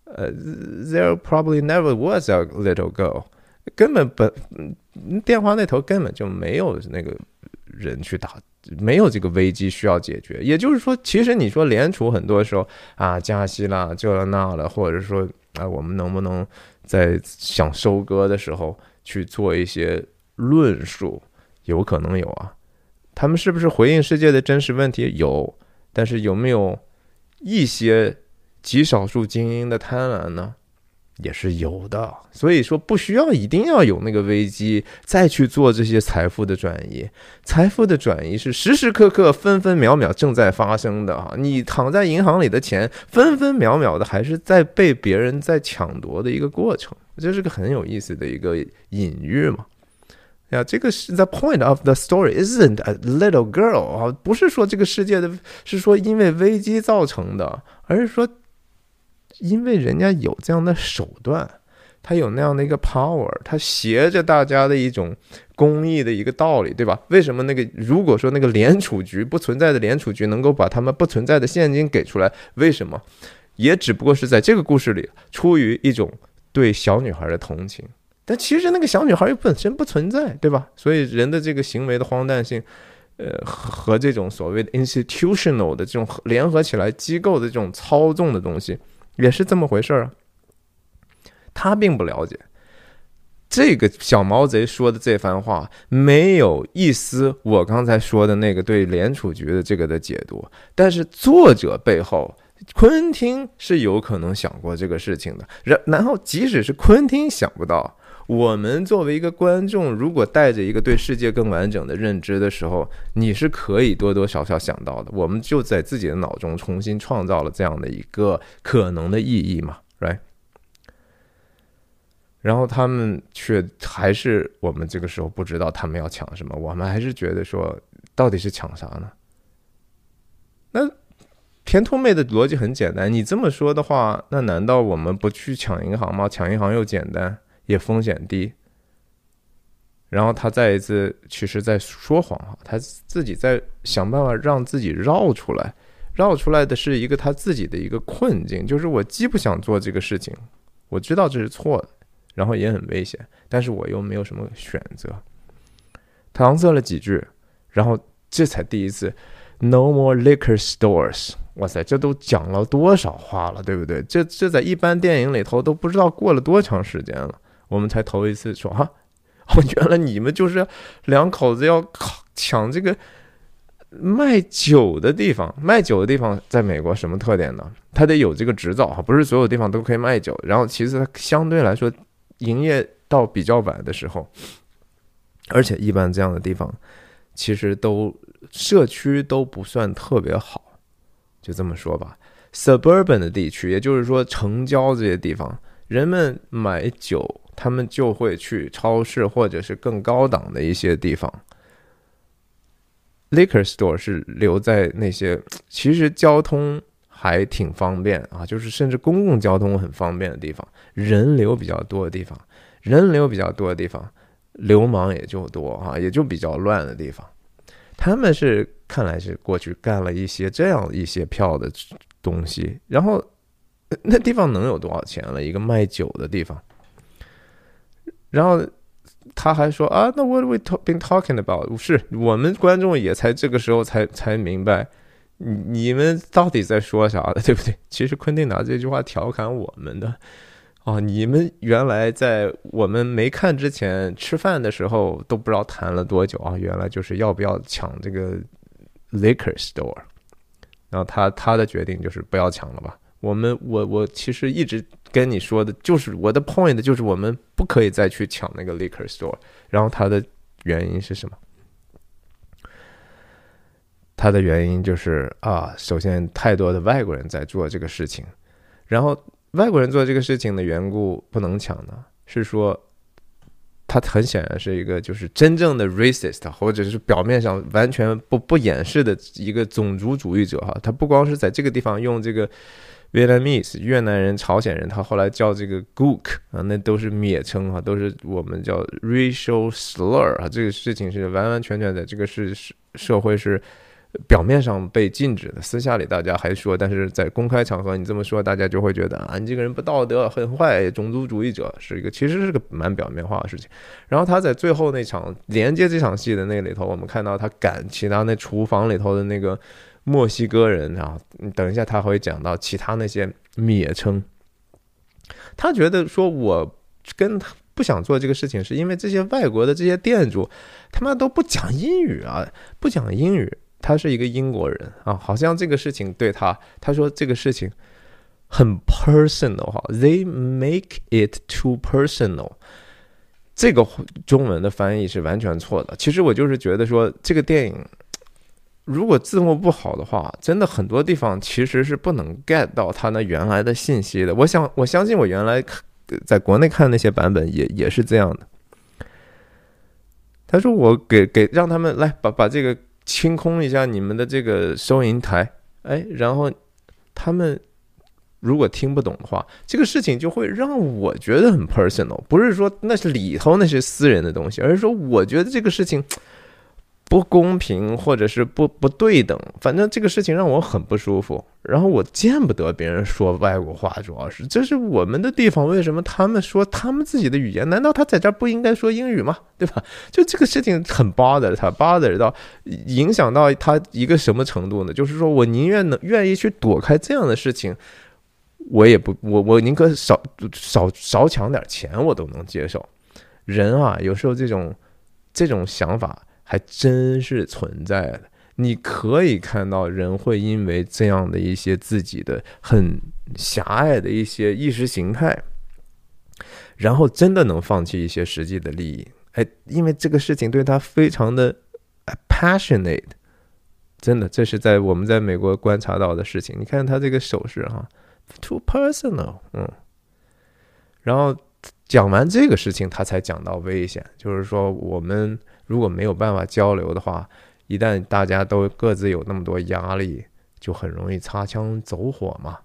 Speaker 1: there probably never was a little girl， 根本电话那头根本就没有那个人去打，没有这个危机需要解决。也就是说，其实你说联储很多时候啊加息啦这了那了，或者说啊我们能不能在想收割的时候去做一些论述，有可能有啊。他们是不是回应世界的真实问题？有，但是有没有一些极少数精英的贪婪呢？也是有的。所以说不需要一定要有那个危机再去做这些财富的转移，财富的转移是时时刻刻分分秒秒正在发生的啊！你躺在银行里的钱分分秒秒的还是在被别人在抢夺的一个过程，这是个很有意思的一个隐喻嘛。这个是 the point of the story isn't a little girl 啊，不是说这个世界的是说因为危机造成的，而是说因为人家有这样的手段，他有那样的一个 power， 他挟着大家的一种公益的一个道理，对吧？为什么如果说那个联储局不存在的联储局能够把他们不存在的现金给出来，为什么？也只不过是在这个故事里出于一种对小女孩的同情。但其实那个小女孩又本身不存在，对吧？所以人的这个行为的荒诞性，和这种所谓的 institutional 的这种联合起来机构的这种操纵的东西，也是这么回事啊。他并不了解这个小毛贼说的这番话，没有一丝我刚才说的那个对联储局的这个的解读，但是作者背后。昆汀是有可能想过这个事情的，然后即使是昆汀想不到，我们作为一个观众，如果带着一个对世界更完整的认知的时候，你是可以多多少少想到的。我们就在自己的脑中重新创造了这样的一个可能的意义嘛 ，right？ 然后他们却还是我们这个时候不知道他们要抢什么，我们还是觉得说到底是抢啥呢？那田兔妹的逻辑很简单，你这么说的话，那难道我们不去抢银行吗？抢银行又简单，也风险低。然后他再一次其实在说谎，他自己在想办法让自己绕出来，绕出来的是一个他自己的一个困境，就是我既不想做这个事情，我知道这是错的，然后也很危险，但是我又没有什么选择。搪塞了几句，然后这才第一次 No more liquor stores。哇塞，这都讲了多少话了，对不对？这在一般电影里头都不知道过了多长时间了，我们才头一次说哈，原来你们就是两口子要抢这个卖酒的地方。卖酒的地方在美国什么特点呢？它得有这个执照，不是所有地方都可以卖酒。然后其实它相对来说营业到比较晚的时候，而且一般这样的地方其实社区都不算特别好。就这么说吧 ，suburban 的地区，也就是说城郊这些地方，人们买酒，他们就会去超市或者是更高档的一些地方。Liquor store 是留在那些其实交通还挺方便啊，就是甚至公共交通很方便的地方，人流比较多的地方，流氓也就多啊，也就比较乱的地方。他们是看来是过去干了一些这样一些票的东西，然后那地方能有多少钱了？一个卖酒的地方。然后他还说啊，那 what we been talking about？ 是我们观众也才这个时候才明白，你们到底在说啥的，对不对？其实昆汀拿这句话调侃我们的。你们原来在我们没看之前吃饭的时候都不知道谈了多久啊，原来就是要不要抢这个 liquor store。然后他的决定就是不要抢了吧。我其实一直跟你说的就是我的 point 就是我们不可以再去抢那个 liquor store。然后他的原因是什么？他的原因就是首先太多的外国人在做这个事情，然后外国人做这个事情的缘故不能抢呢，是说他很显然是一个就是真正的 racist， 或者是表面上完全不掩饰的一个种族主义者哈。他不光是在这个地方用这个 Vietnamese 越南人、朝鲜人，他后来叫这个 Gook 那都是蔑称都是我们叫 racial slur 这个事情是完完全全的，这个是社会是表面上被禁止的，私下里大家还说，但是在公开场合你这么说，大家就会觉得啊，你这个人不道德，很坏，种族主义者，其实是个蛮表面化的事情。然后他在最后那场连接这场戏的那里头，我们看到他赶其他那厨房里头的那个墨西哥人啊，等一下他会讲到其他那些蔑称，他觉得说我跟他不想做这个事情，是因为这些外国的这些店主他妈都不讲英语啊，不讲英语。他是一个英国人啊，好像这个事情对他说这个事情很 personal 哈 ，they make it too personal。这个中文的翻译是完全错的。其实我就是觉得说，这个电影如果字幕不好的话，真的很多地方其实是不能 get 到他那原来的信息的。我相信我原来在国内看那些版本也是这样的。他说我给让他们来把这个清空一下你们的这个收银台，哎，然后他们如果听不懂的话，这个事情就会让我觉得很 personal， 不是说那是里头那些私人的东西，而是说我觉得这个事情不公平或者是不对等，反正这个事情让我很不舒服。然后我见不得别人说外国话，主要是这是我们的地方，为什么他们说他们自己的语言？难道他在这儿不应该说英语吗？对吧？就这个事情很 bother 到影响到他一个什么程度呢？就是说我宁愿意去躲开这样的事情，我也不我宁可少抢点钱，我都能接受。人啊，有时候这种想法还真是存在的。你可以看到人会因为这样的一些自己的很狭隘的一些意识形态，然后真的能放弃一些实际的利益，哎，因为这个事情对他非常的 passionate， 真的，这是我们在美国观察到的事情。你看他这个手势哈 ，too personal， 然后讲完这个事情，他才讲到危险，就是说我们如果没有办法交流的话，一旦大家都各自有那么多压力，就很容易擦枪走火嘛。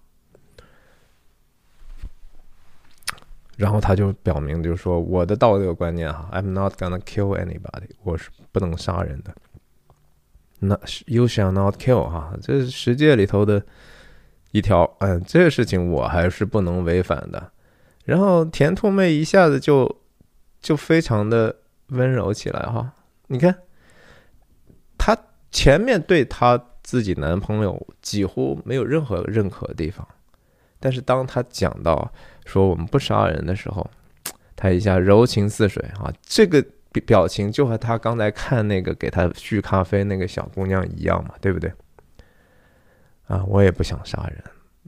Speaker 1: 然后他就表明，就是说我的道德观念哈 ，I'm not gonna kill anybody， 我是不能杀人的。那 You shall not kill 哈，这是世界里头的一条，这个事情我还是不能违反的。然后甜兔妹一下子就非常的温柔起来哈，你看。她前面对她自己男朋友几乎没有任何认可的地方，但是当她讲到说我们不杀人的时候，她一下柔情似水啊，这个表情就和她刚才看那个给她续咖啡那个小姑娘一样嘛，对不对？啊，我也不想杀人。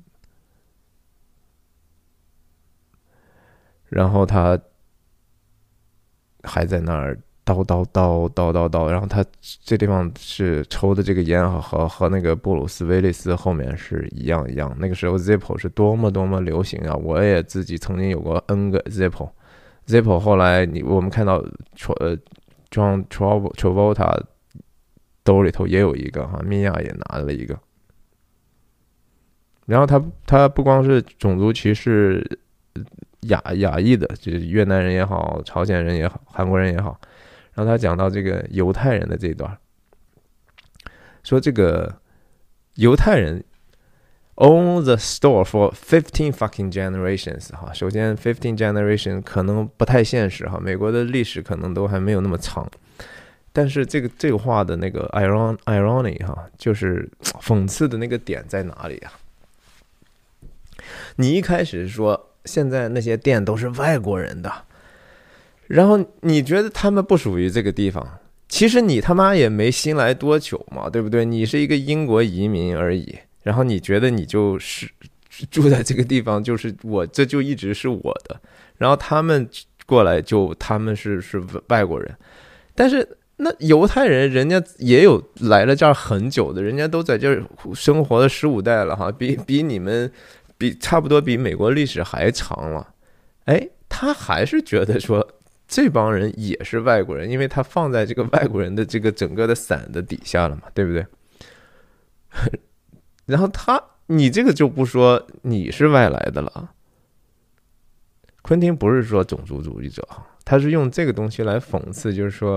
Speaker 1: 然后她还在那儿叨，然后他这地方是抽的这个烟和那个布鲁斯威利斯后面是一样。那个时候 Zippo 是多么流行啊！我也自己曾经有过 N 个 Zippo 后来我们看到John Travolta 兜里头也有一个哈，米娅也拿了一个。然后他不光是种族歧视亚裔的，就是越南人也好，朝鲜人也好，韩国人也好。然后他讲到这个犹太人的这一段，说这个犹太人 own the store for 15 fucking generations 哈。首先15 generation 可能不太现实哈，美国的历史可能都还没有那么长。但是这个话的那个 irony 哈，就是讽刺的那个点在哪里啊？你一开始说现在那些店都是外国人的。然后你觉得他们不属于这个地方，其实你他妈也没新来多久嘛，对不对？你是一个英国移民而已，然后你觉得你就是住在这个地方，就是这就一直是我的，然后他们过来他们是外国人，但是那犹太人人家也有来了这儿很久的，人家都在这儿生活了15代了哈，比你们差不多比美国历史还长了，哎，他还是觉得说。这帮人也是外国人，因为他放在这个外国人的这个整个的伞的底下了嘛，对不对？然后你这个就不说你是外来的了。昆汀不是说种族主义者，他是用这个东西来讽刺，就是说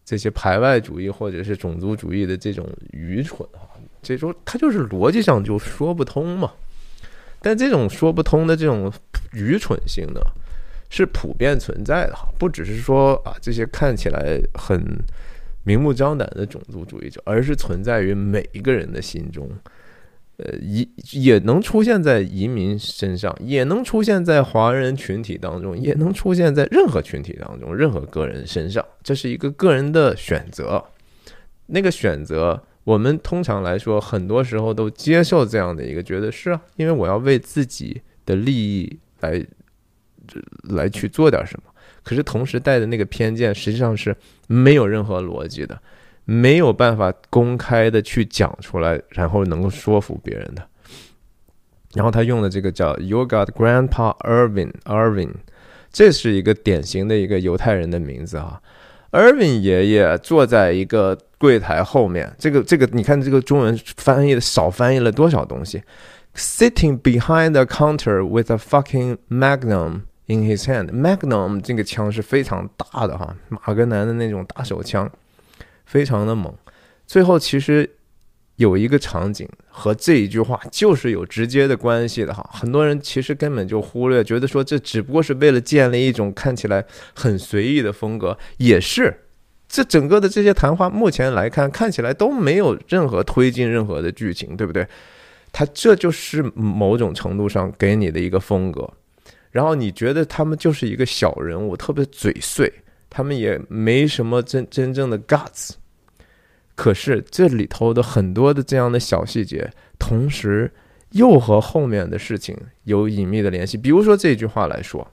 Speaker 1: 这些排外主义或者是种族主义的这种愚蠢这种它就是逻辑上就说不通嘛。但这种说不通的这种愚蠢性呢，是普遍存在的，不只是说这些看起来很明目张胆的种族主义者，而是存在于每一个人的心中。也能出现在移民身上，也能出现在华人群体当中，也能出现在任何群体当中，任何个人身上。这是一个个人的选择，那个选择我们通常来说很多时候都接受这样的一个觉得是因为我要为自己的利益来去做点什么，可是同时带的那个偏见实际上是没有任何逻辑的，没有办法公开的去讲出来，然后能够说服别人的。然后他用的这个叫 You got Grandpa Irvin， 这是一个典型的一个犹太人的名字Irvin 爷爷坐在一个柜台后面，这个你看这个中文翻译的少翻译了多少东西。Sitting behind the counter with a fucking Magnum in his hand. Magnum 这个枪是非常大的马格南的那种大手枪，非常的猛。最后其实有一个场景和这一句话就是有直接的关系的很多人其实根本就忽略，觉得说这只不过是为了建立一种看起来很随意的风格，也是这整个的这些谈话目前来看看起来都没有任何推进任何的剧情，对不对？他这就是某种程度上给你的一个风格，然后你觉得他们就是一个小人物，特别嘴碎，他们也没什么真正的 guts。 可是这里头的很多的这样的小细节同时又和后面的事情有隐秘的联系。比如说这句话来说，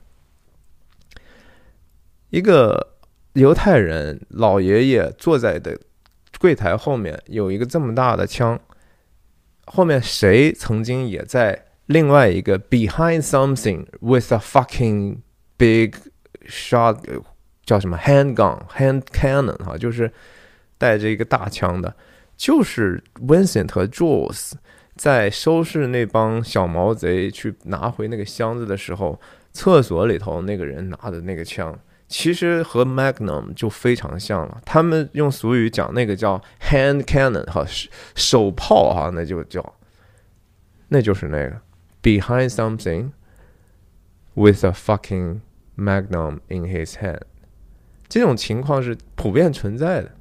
Speaker 1: 一个犹太人老爷爷坐在的柜台后面有一个这么大的枪，后面谁曾经也在另外一个 behind something with a fucking big shot， 叫什么 hand cannon 就是带着一个大枪的，就是 Vincent 和 Jules 在收拾那帮小毛贼去拿回那个箱子的时候，厕所里头那个人拿的那个枪其实和 Magnum 就非常像了。他们用俗语讲那个叫 hand cannon 手炮那就是那个 behind something with a fucking Magnum in his hand。 这种情况是普遍存在的。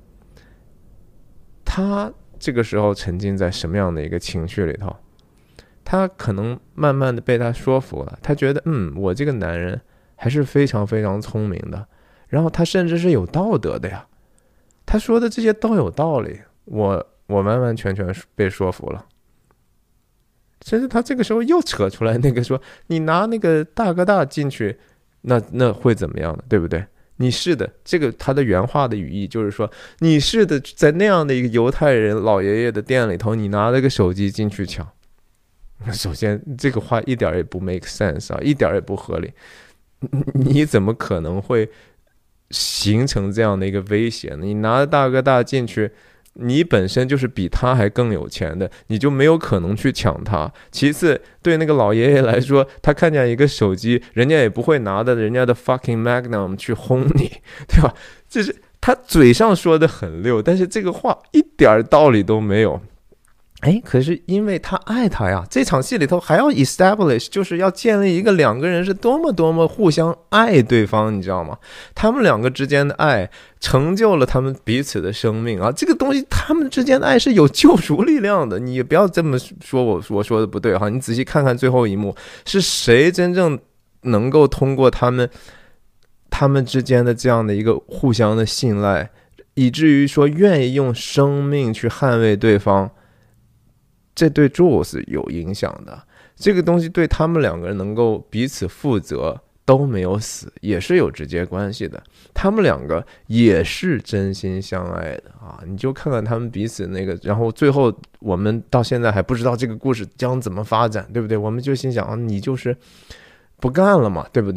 Speaker 1: 他这个时候沉浸在什么样的一个情绪里头？他可能慢慢的被他说服了，他觉得我这个男人还是非常非常聪明的，然后他甚至是有道德的呀，他说的这些都有道理，我完完全全被说服了。甚至他这个时候又扯出来那个说，你拿那个大哥大进去，那会怎么样呢？对不对？你是的，这个他的原话的语义就是说，你是的，在那样的一个犹太人老爷爷的店里头，你拿了个手机进去抢。首先，这个话一点也不 make sense 一点也不合理。你怎么可能会形成这样的一个威胁呢？你拿着大哥大进去，你本身就是比他还更有钱的，你就没有可能去抢他。其次，对那个老爷爷来说，他看见一个手机，人家也不会拿的人家的 fucking Magnum 去轰你，对吧？就是他嘴上说的很溜，但是这个话一点道理都没有。可是因为他爱他呀，这场戏里头还要 establish， 就是要建立一个两个人是多么多么互相爱对方，你知道吗？他们两个之间的爱成就了他们彼此的生命这个东西他们之间的爱是有救赎力量的。你也不要这么说我说的不对你仔细看看最后一幕，是谁真正能够通过他们之间的这样的一个互相的信赖，以至于说愿意用生命去捍卫对方。这对 Jules 有影响的，这个东西对他们两个人能够彼此负责都没有死，也是有直接关系的。他们两个也是真心相爱的你就看看他们彼此那个，然后最后我们到现在还不知道这个故事将怎么发展，对不对？我们就心想你就是不干了嘛，对不对？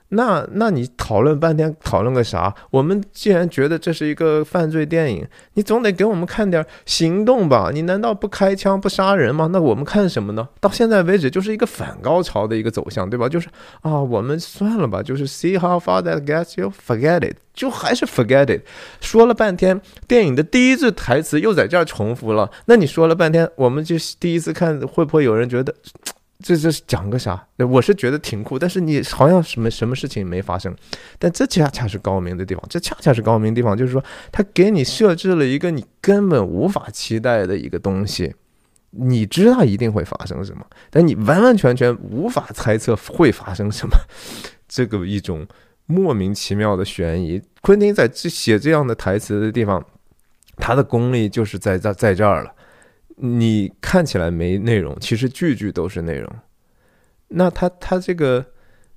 Speaker 1: 那你讨论半天，讨论个啥？我们既然觉得这是一个犯罪电影，你总得给我们看点行动吧？你难道不开枪不杀人吗？那我们看什么呢？到现在为止就是一个反高潮的一个走向，对吧？就是我们算了吧，就是 see how far that gets you, forget it， 就还是 forget it。说了半天，电影的第一句台词又在这儿重复了。那你说了半天，我们就第一次看，会不会有人觉得？这是讲个啥？我是觉得挺酷，但是你好像什么事情没发生，但这恰恰是高明的地方。这恰恰是高明的地方，就是说他给你设置了一个你根本无法期待的一个东西，你知道一定会发生什么，但你完完全全无法猜测会发生什么。这个一种莫名其妙的悬疑，昆汀在写这样的台词的地方，他的功力就是在这儿了。你看起来没内容，其实句句都是内容。那他这个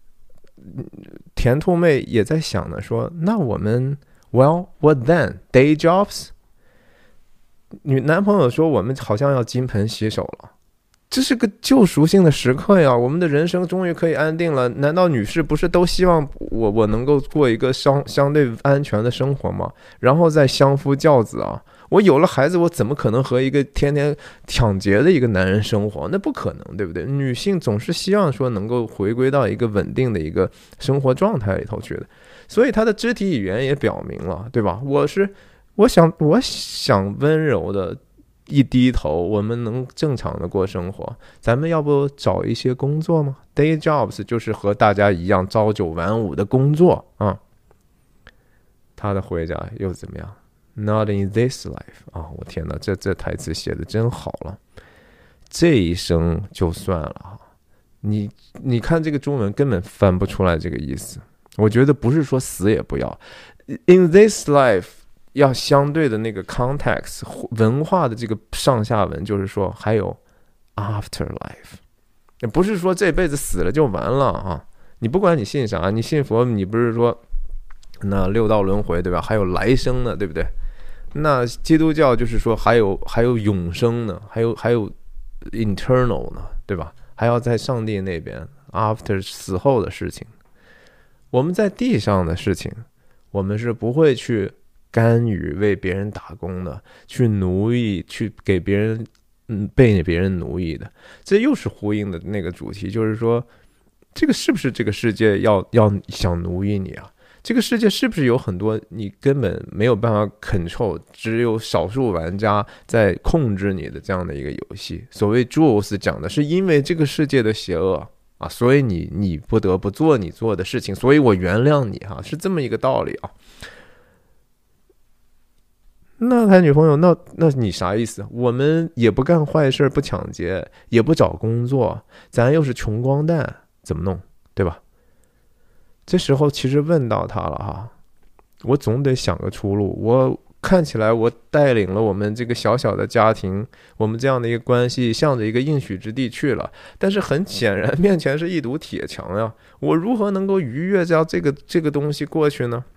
Speaker 1: 甜兔妹也在想呢，说那我们 well what then day jobs？ 女男朋友说我们好像要金盆洗手了，这是个救赎性的时刻呀！我们的人生终于可以安定了。难道女士不是都希望我能够过一个相对安全的生活吗？然后再相夫教子啊！我有了孩子，我怎么可能和一个天天抢劫的一个男人生活？那不可能，对不对？女性总是希望说能够回归到一个稳定的一个生活状态里头去的，所以她的肢体语言也表明了，对吧？我想温柔的一低头，我们能正常的过生活。咱们要不找一些工作吗？ Day jobs 就是和大家一样朝九晚五的工作啊。他的回答又怎么样？Not in this life 我天哪，这台词写的真好了，这一生就算了你看这个中文根本翻不出来这个意思。我觉得不是说死也不要 ，in this life 要相对的那个 context 文化的这个上下文，就是说还有 afterlife， 也不是说这辈子死了就完了啊。你不管你信啥，你信佛，你不是说那六道轮回对吧？还有来生呢，对不对？那基督教就是说还有永生呢，还有 eternal 呢，对吧？还要在上帝那边 after 死后的事情。我们在地上的事情，我们是不会去干预为别人打工的，去奴役，去给别人被别人奴役的。这又是呼应的那个主题，就是说这个是不是这个世界要想奴役你啊？这个世界是不是有很多你根本没有办法 control， 只有少数玩家在控制你的这样的一个游戏？所谓 Jules 讲的是因为这个世界的邪恶所以你不得不做你做的事情，所以我原谅你是这么一个道理啊。那他女朋友那你啥意思？我们也不干坏事，不抢劫，也不找工作，咱又是穷光蛋，怎么弄，对吧？这时候其实问到他了我总得想个出路。我看起来我带领了我们这个小小的家庭，我们这样的一个关系向着一个应许之地去了，但是很显然面前是一堵铁墙呀，我如何能够逾越掉这个东西过去呢？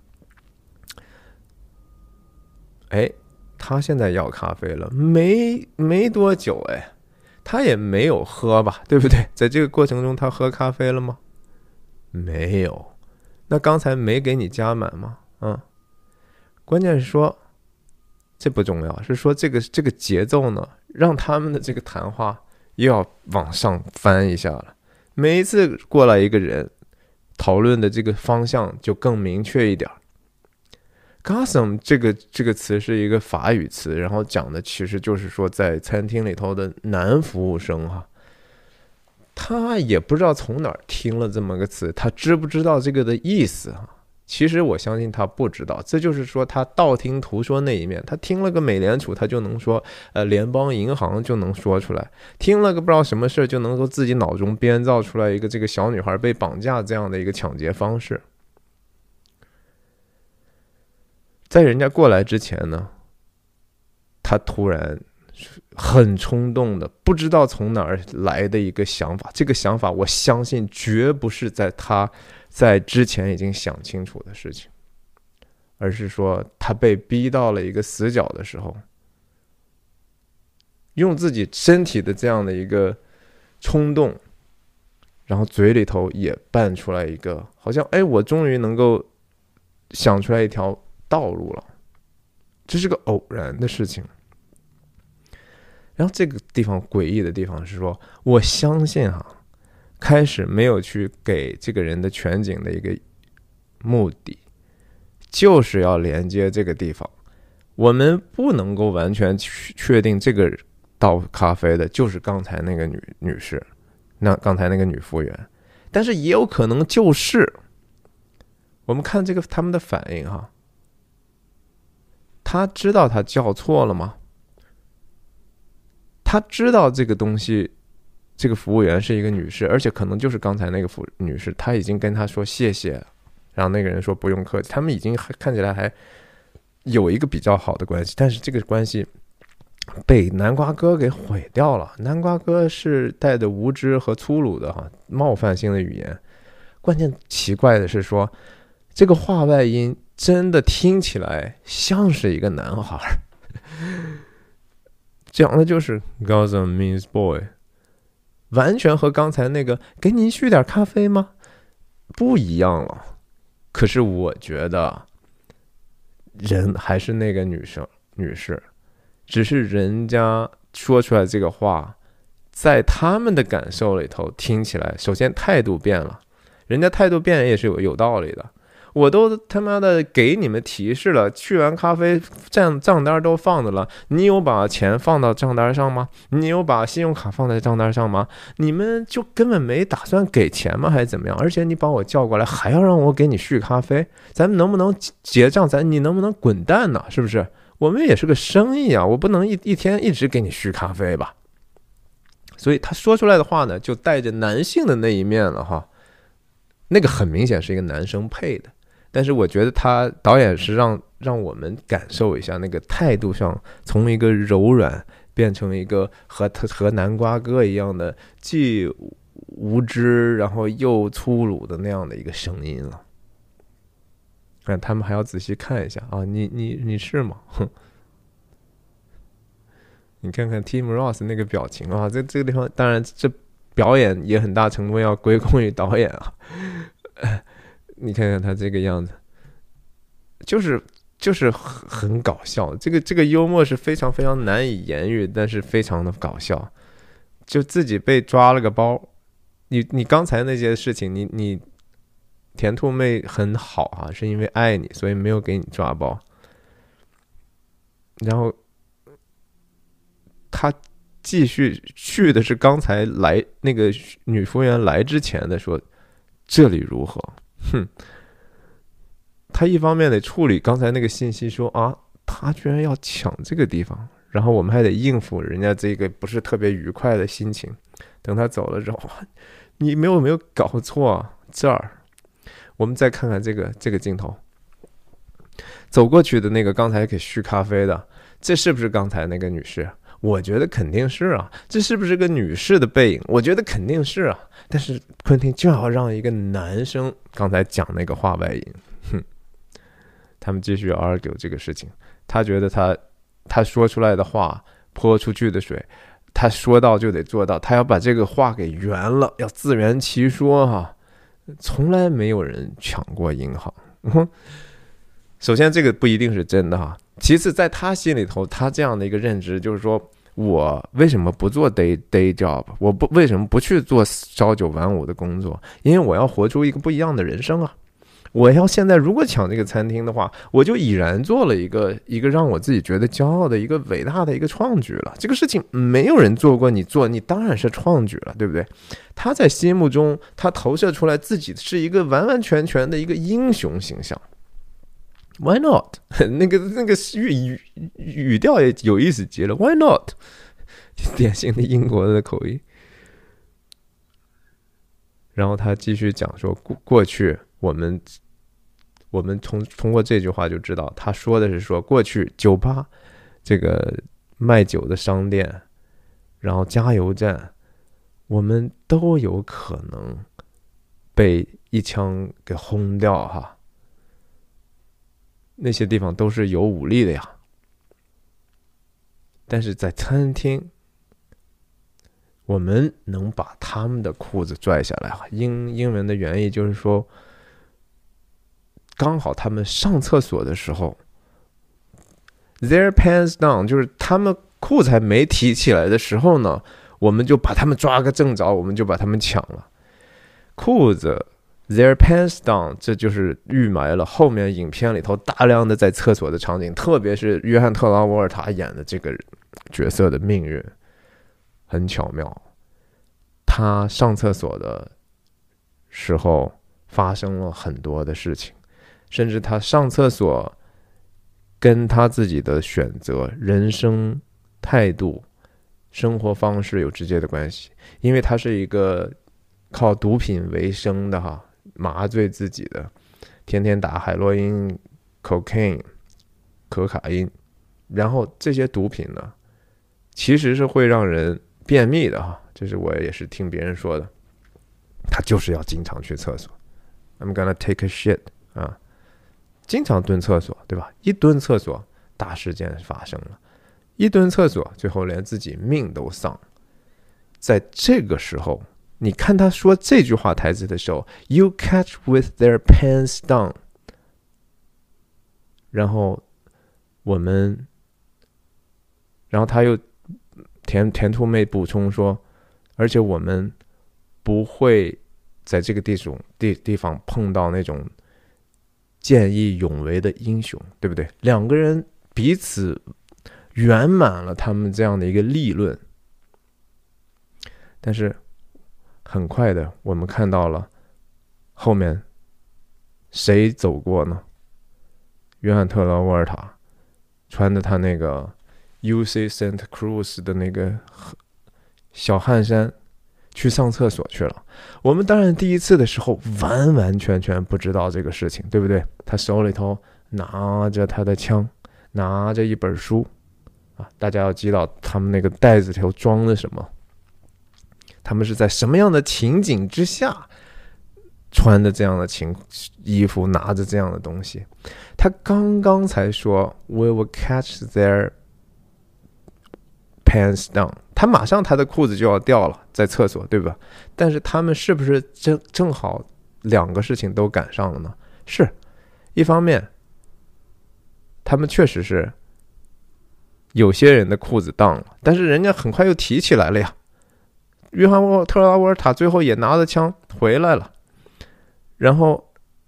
Speaker 1: 他现在要咖啡了，没多久他也没有喝吧，对不对？在这个过程中他喝咖啡了吗？没有。那刚才没给你加满吗？关键是说这不重要，是说这个节奏呢，让他们的这个谈话又要往上翻一下了。每一次过来一个人，讨论的这个方向就更明确一点。Garçon 这个词是一个法语词，然后讲的其实就是说在餐厅里头的男服务生他也不知道从哪儿听了这么个词，他知不知道这个的意思其实我相信他不知道，这就是说他道听途说那一面，他听了个美联储他就能说联邦银行就能说出来，听了个不知道什么事就能够自己脑中编造出来一个这个小女孩被绑架这样的一个抢劫方式。在人家过来之前呢，他突然很冲动的不知道从哪儿来的一个想法，这个想法我相信绝不是他在之前已经想清楚的事情，而是说他被逼到了一个死角的时候，用自己身体的这样的一个冲动， 然后嘴里头也扮出来一个，好像我终于能够想出来一条道路了，这是个偶然的事情。然后这个地方诡异的地方是说，我相信开始没有去给这个人的全景的一个目的，就是要连接这个地方。我们不能够完全确定这个倒咖啡的就是刚才那个女士，那刚才那个女服务员，但是也有可能就是。我们看这个他们的反应他知道他叫错了吗？他知道这个东西，这个服务员是一个女士，而且可能就是刚才那个女士，她已经跟他说谢谢，然后那个人说不用客气，他们已经看起来还有一个比较好的关系，但是这个关系被南瓜哥给毁掉了。南瓜哥是带着无知和粗鲁的冒犯性的语言，关键奇怪的是说，这个话外音真的听起来像是一个男孩，讲的就是 Gotham means boy， 完全和刚才那个给您续点咖啡吗不一样了。可是我觉得人还是那个女士，只是人家说出来这个话，在他们的感受里头听起来，首先态度变了，人家态度变也是有道理的。我都他妈的给你们提示了，去完咖啡账单都放着了，你有把钱放到账单上吗？你有把信用卡放在账单上吗？你们就根本没打算给钱吗？还是怎么样？而且你把我叫过来，还要让我给你续咖啡，咱们能不能结账？你能不能滚蛋呢？是不是？我们也是个生意啊，我不能一天一直给你续咖啡吧？所以他说出来的话呢，就带着男性的那一面了那个很明显是一个男生配的。但是我觉得导演是让我们感受一下那个态度上，从一个柔软变成一个和南瓜哥一样的既无知然后又粗鲁的那样的一个声音了。他们还要仔细看一下你是吗？你看看 Tim Ross 那个表情这个地方，当然这表演也很大程度要归功于导演你看看他这个样子，就是很搞笑。这个幽默是非常非常难以言喻，但是非常的搞笑。就自己被抓了个包，你刚才那些事情，你甜兔妹很好是因为爱你，所以没有给你抓包。然后他继续去的是刚才来那个女服务员来之前的说这里如何。他一方面得处理刚才那个信息说他居然要抢这个地方，然后我们还得应付人家这个不是特别愉快的心情。等他走了之后，你没有搞错这儿。我们再看看这个镜头，走过去的那个刚才给续咖啡的，这是不是刚才那个女士？我觉得肯定是这是不是个女士的背影？我觉得肯定是但是昆汀就要让一个男生刚才讲那个话外音，他们继续 argue 这个事情。他觉得他说出来的话泼出去的水，他说到就得做到，他要把这个话给圆了，要自圆其说从来没有人抢过银行。首先这个不一定是真的其次在他心里头，他这样的一个认知就是说，我为什么不做 day job， 我为什么不去做朝九晚五的工作？因为我要活出一个不一样的人生我要现在如果抢这个餐厅的话，我就已然做了一个让我自己觉得骄傲的一个伟大的一个创举了。这个事情没有人做过，你当然是创举了，对不对？他在心目中，他投射出来自己是一个完完全全的一个英雄形象。Why not？ 那个语调也有意思极了。Why not？ 典型的英国的口音。然后他继续讲说，过去我们通过这句话就知道，他说的是说，过去酒吧这个卖酒的商店，然后加油站，我们都有可能被一枪给轰掉那些地方都是有武力的呀。但是在餐厅， 我们能把他们的裤子拽下来。英文的原意就是说，刚好他们上厕所的时候 their pants down， 就是他们裤子还没提起来的时候呢，我们就把他们抓个正着，我们就把他们抢了。裤子 their pants down， 这就是预埋了后面影片里头大量的在厕所的场景，特别是约翰特拉沃尔塔演的这个角色的命运很巧妙。他上厕所的时候发生了很多的事情，甚至他上厕所跟他自己的选择、人生态度、生活方式有直接的关系。因为他是一个靠毒品为生的麻醉自己的，天天打海洛因、cocaine、可卡因，然后这些毒品呢，其实是会让人便秘的这是我也是听别人说的。他就是要经常去厕所 ，I'm gonna take a shit 经常蹲厕所，对吧？一蹲厕所，大事件发生了。一蹲厕所，最后连自己命都丧。在这个时候，你看他说这句话台词的时候 ，You catch with their pants down， 然后他又田兔妹补充说，而且我们不会在这个地方碰到那种见义勇为的英雄，对不对？两个人彼此圆满了他们这样的一个立论，但是很快的我们看到了后面谁走过呢？约翰特拉沃尔塔穿着他那个 UC Santa Cruz 的那个小汗衫去上厕所去了。我们当然第一次的时候完完全全不知道这个事情，对不对？他手里头拿着他的枪，拿着一本书大家要知道他们那个袋子里头装的什么，他们是在什么样的情景之下穿的这样的衣服，拿着这样的东西。他刚刚才说 We will catch their pants down， 他马上他的裤子就要掉了，在厕所，对吧？但是他们是不是正好两个事情都赶上了呢？是，一方面他们确实是有些人的裤子当了，但是人家很快又提起来了呀。约翰特拉沃尔塔最后也拿着枪回来了，然后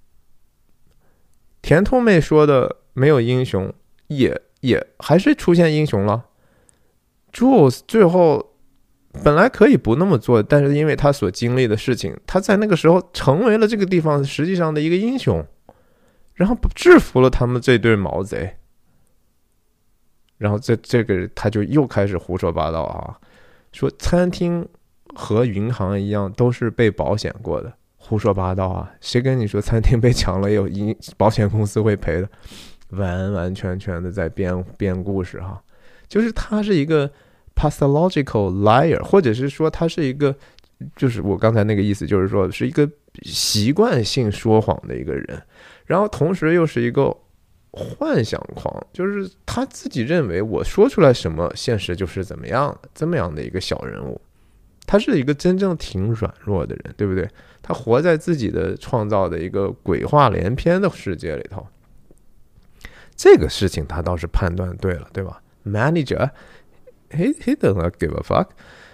Speaker 1: 甜兔妹说的没有英雄，也还是出现英雄了。Jules 最后本来可以不那么做，但是因为他所经历的事情，他在那个时候成为了这个地方实际上的一个英雄，然后制服了他们这对毛贼。然后这个他就又开始胡说八道说餐厅和银行一样都是被保险过的，胡说八道谁跟你说餐厅被抢了有保险公司会赔的？完完全全的在编故事就是他是一个 pathological liar， 或者是说他是一个，就是我刚才那个意思，就是说是一个习惯性说谎的一个人，然后同时又是一个幻想狂，就是他自己认为我说出来什么，现实就是怎么样的，这么样的一个小人物。他是一个真正挺软弱的人，对不对？他活在自己的创造的一个鬼话连篇的世界里头。这个事情他倒是判断对了，对吧？ Manager he doesn't give a fuck。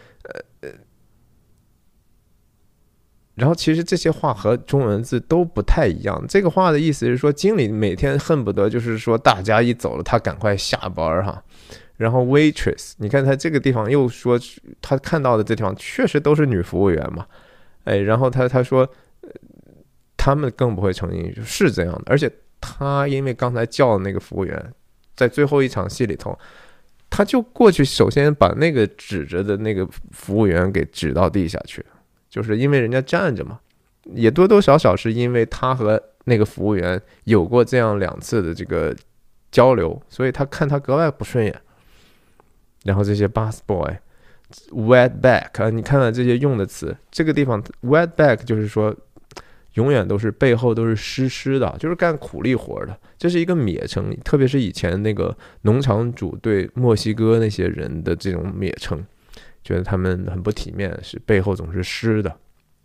Speaker 1: 然后其实这些话和中文字都不太一样。这个话的意思是说，经理每天恨不得就是说大家一走了他赶快下班然后 waitress， 你看他这个地方又说他看到的这地方确实都是女服务员嘛，然后他说他们更不会承认是这样的。而且他因为刚才叫的那个服务员在最后一场戏里头，他就过去首先把那个指着的那个服务员给指到地下去，就是因为人家站着嘛，也多多少少是因为他和那个服务员有过这样2次的这个交流，所以他看他格外不顺眼。然后这些 bus boy、wet back 你看看这些用的词，这个地方 wet back 就是说永远都是背后都是湿的，就是干苦力活的，这是一个蔑称，特别是以前那个农场主对墨西哥那些人的这种蔑称， 觉得他们很不体面，是背后总是湿的。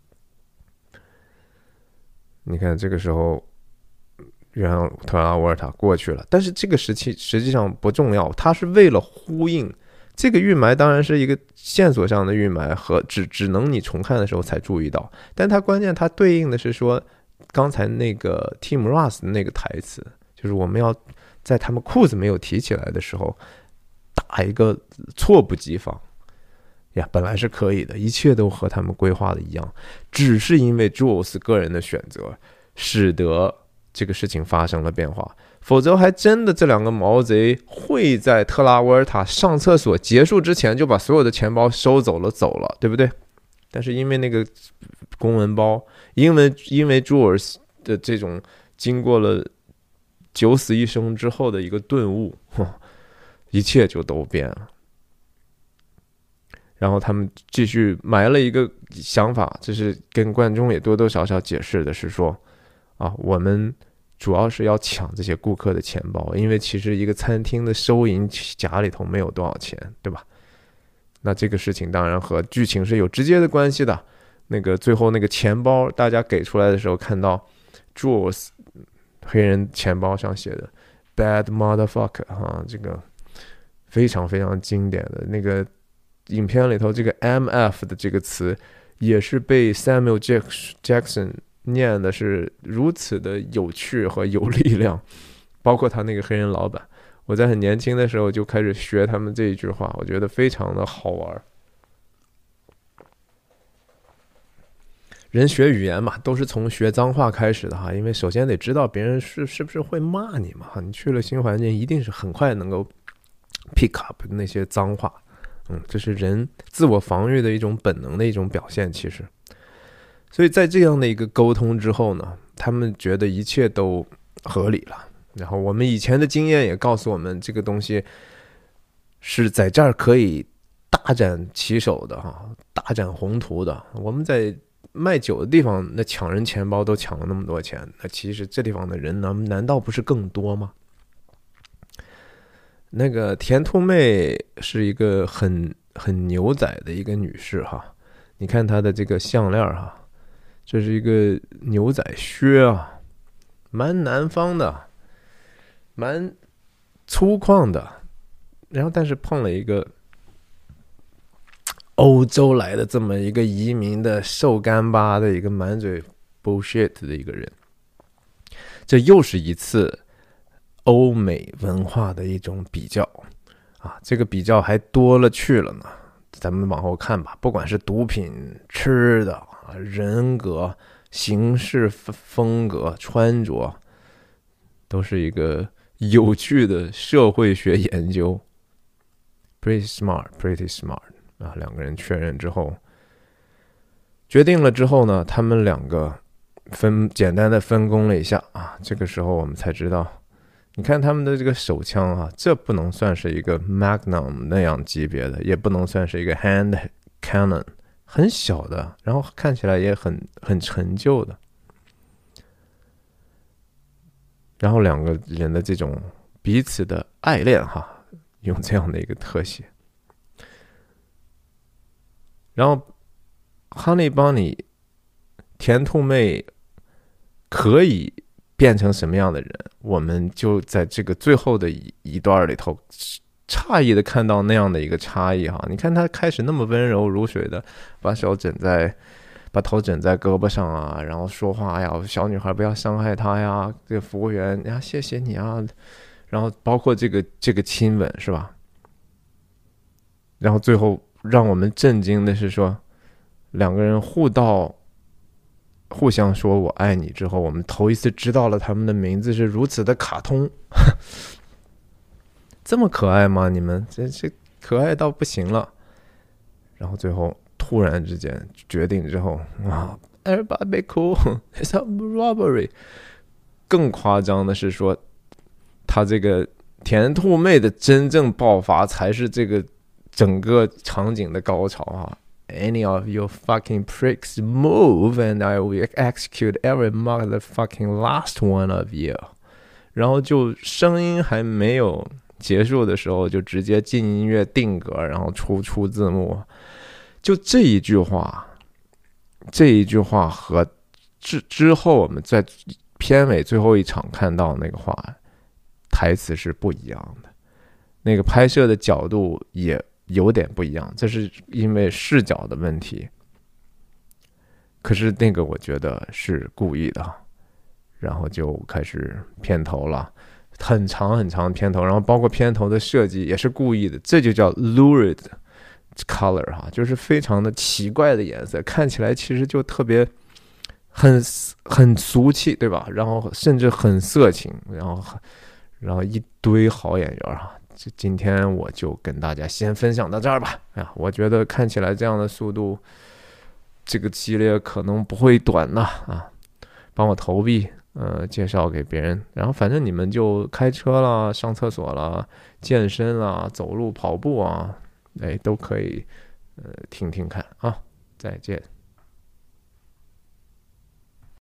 Speaker 1: 你看这个时候约翰特拉沃尔塔过去了，但是这个时期实际上不重要，他是为了呼应这个预埋，当然是一个线索上的预埋，和只能你重看的时候才注意到，但它关键它对应的是说刚才那个 Tim Ross 的那个台词，就是我们要在他们裤子没有提起来的时候打一个猝不及防呀，本来是可以的，一切都和他们规划的一样，只是因为 Jules 个人的选择使得这个事情发生了变化，否则还真的这两个毛贼会在特拉沃尔塔上厕所结束之前就把所有的钱包收走了，对不对？但是因为那个公文包，因为 Jules 的这种经过了九死一生之后的一个顿悟，一切就都变了。然后他们继续埋了一个想法，这是跟观众也多多少少解释的，是说我们主要是要抢这些顾客的钱包，因为其实一个餐厅的收银夹里头没有多少钱，对吧？那这个事情当然和剧情是有直接的关系的。那个最后那个钱包大家给出来的时候，看到 Jules 黑人钱包上写的 Bad Motherfucker 这个非常非常经典的那个影片里头，这个 MF 的这个词也是被 Samuel Jackson 念的是如此的有趣和有力量，包括他那个黑人老板，我在很年轻的时候就开始学他们这一句话，我觉得非常的好玩。人学语言嘛，都是从学脏话开始的哈，因为首先得知道别人是不是会骂你嘛，你去了新环境一定是很快能够 pick up 那些脏话，这是人自我防御的一种本能的一种表现，其实。所以在这样的一个沟通之后呢，他们觉得一切都合理了。然后我们以前的经验也告诉我们，这个东西是在这儿可以大展旗手的大展宏图的。我们在卖酒的地方，那抢人钱包都抢了那么多钱，那其实这地方的人难道不是更多吗？那个田兔妹是一个很牛仔的一个女士你看她的这个项链这是一个牛仔靴蛮南方的，蛮粗犷的，然后但是碰了一个欧洲来的这么一个移民的瘦干巴的一个满嘴 bullshit 的一个人，这又是一次欧美文化的一种比较这个比较还多了去了呢。咱们往后看吧，不管是毒品、吃的、人格、行事风格、穿着，都是一个有趣的社会学研究。Pretty smart 两个人确认之后，决定了之后呢，他们两个简单的分工了一下这个时候我们才知道，你看他们的这个手枪这不能算是一个 Magnum 那样级别的，也不能算是一个 Hand Cannon， 很小的，然后看起来也很陈旧的。然后两个人的这种彼此的爱恋用这样的一个特写。然后 Honey Bunny 甜兔妹可以变成什么样的人，我们就在这个最后的一段里头诧异的看到那样的一个差异你看他开始那么温柔如水的把头枕在胳膊上然后说话小女孩不要伤害他呀，这个服务员谢谢你然后包括这个亲吻是吧？然后最后让我们震惊的是说，两个人互相说我爱你之后，我们头一次知道了他们的名字是如此的卡通。这么可爱吗？你们这可爱到不行了。然后最后突然之间决定之后everybody be cool it's a robbery。 更夸张的是说，他这个甜兔妹的真正爆发才是这个整个场景的高潮Any of you fucking pricks move and I will execute every motherfucking last one of you。 然后就声音还没有结束的时候就直接进音乐定格，然后出字幕。 就这一句话和之后我们在片尾最后一场看到那个话台词是不一样的，那个拍摄的角度也有点不一样，这是因为视角的问题。可是那个我觉得是故意的，然后就开始片头了，很长很长的片头，然后包括片头的设计也是故意的，这就叫 lurid color 哈，就是非常的奇怪的颜色，看起来其实就特别很俗气，对吧？然后甚至很色情，然后一堆好演员哈。今天我就跟大家先分享到这儿吧。我觉得看起来这样的速度，这个系列可能不会短呐啊！帮我投币，介绍给别人，然后反正你们就开车啦、上厕所啦、健身啦、走路、跑步啊，都可以，听听看啊！再见。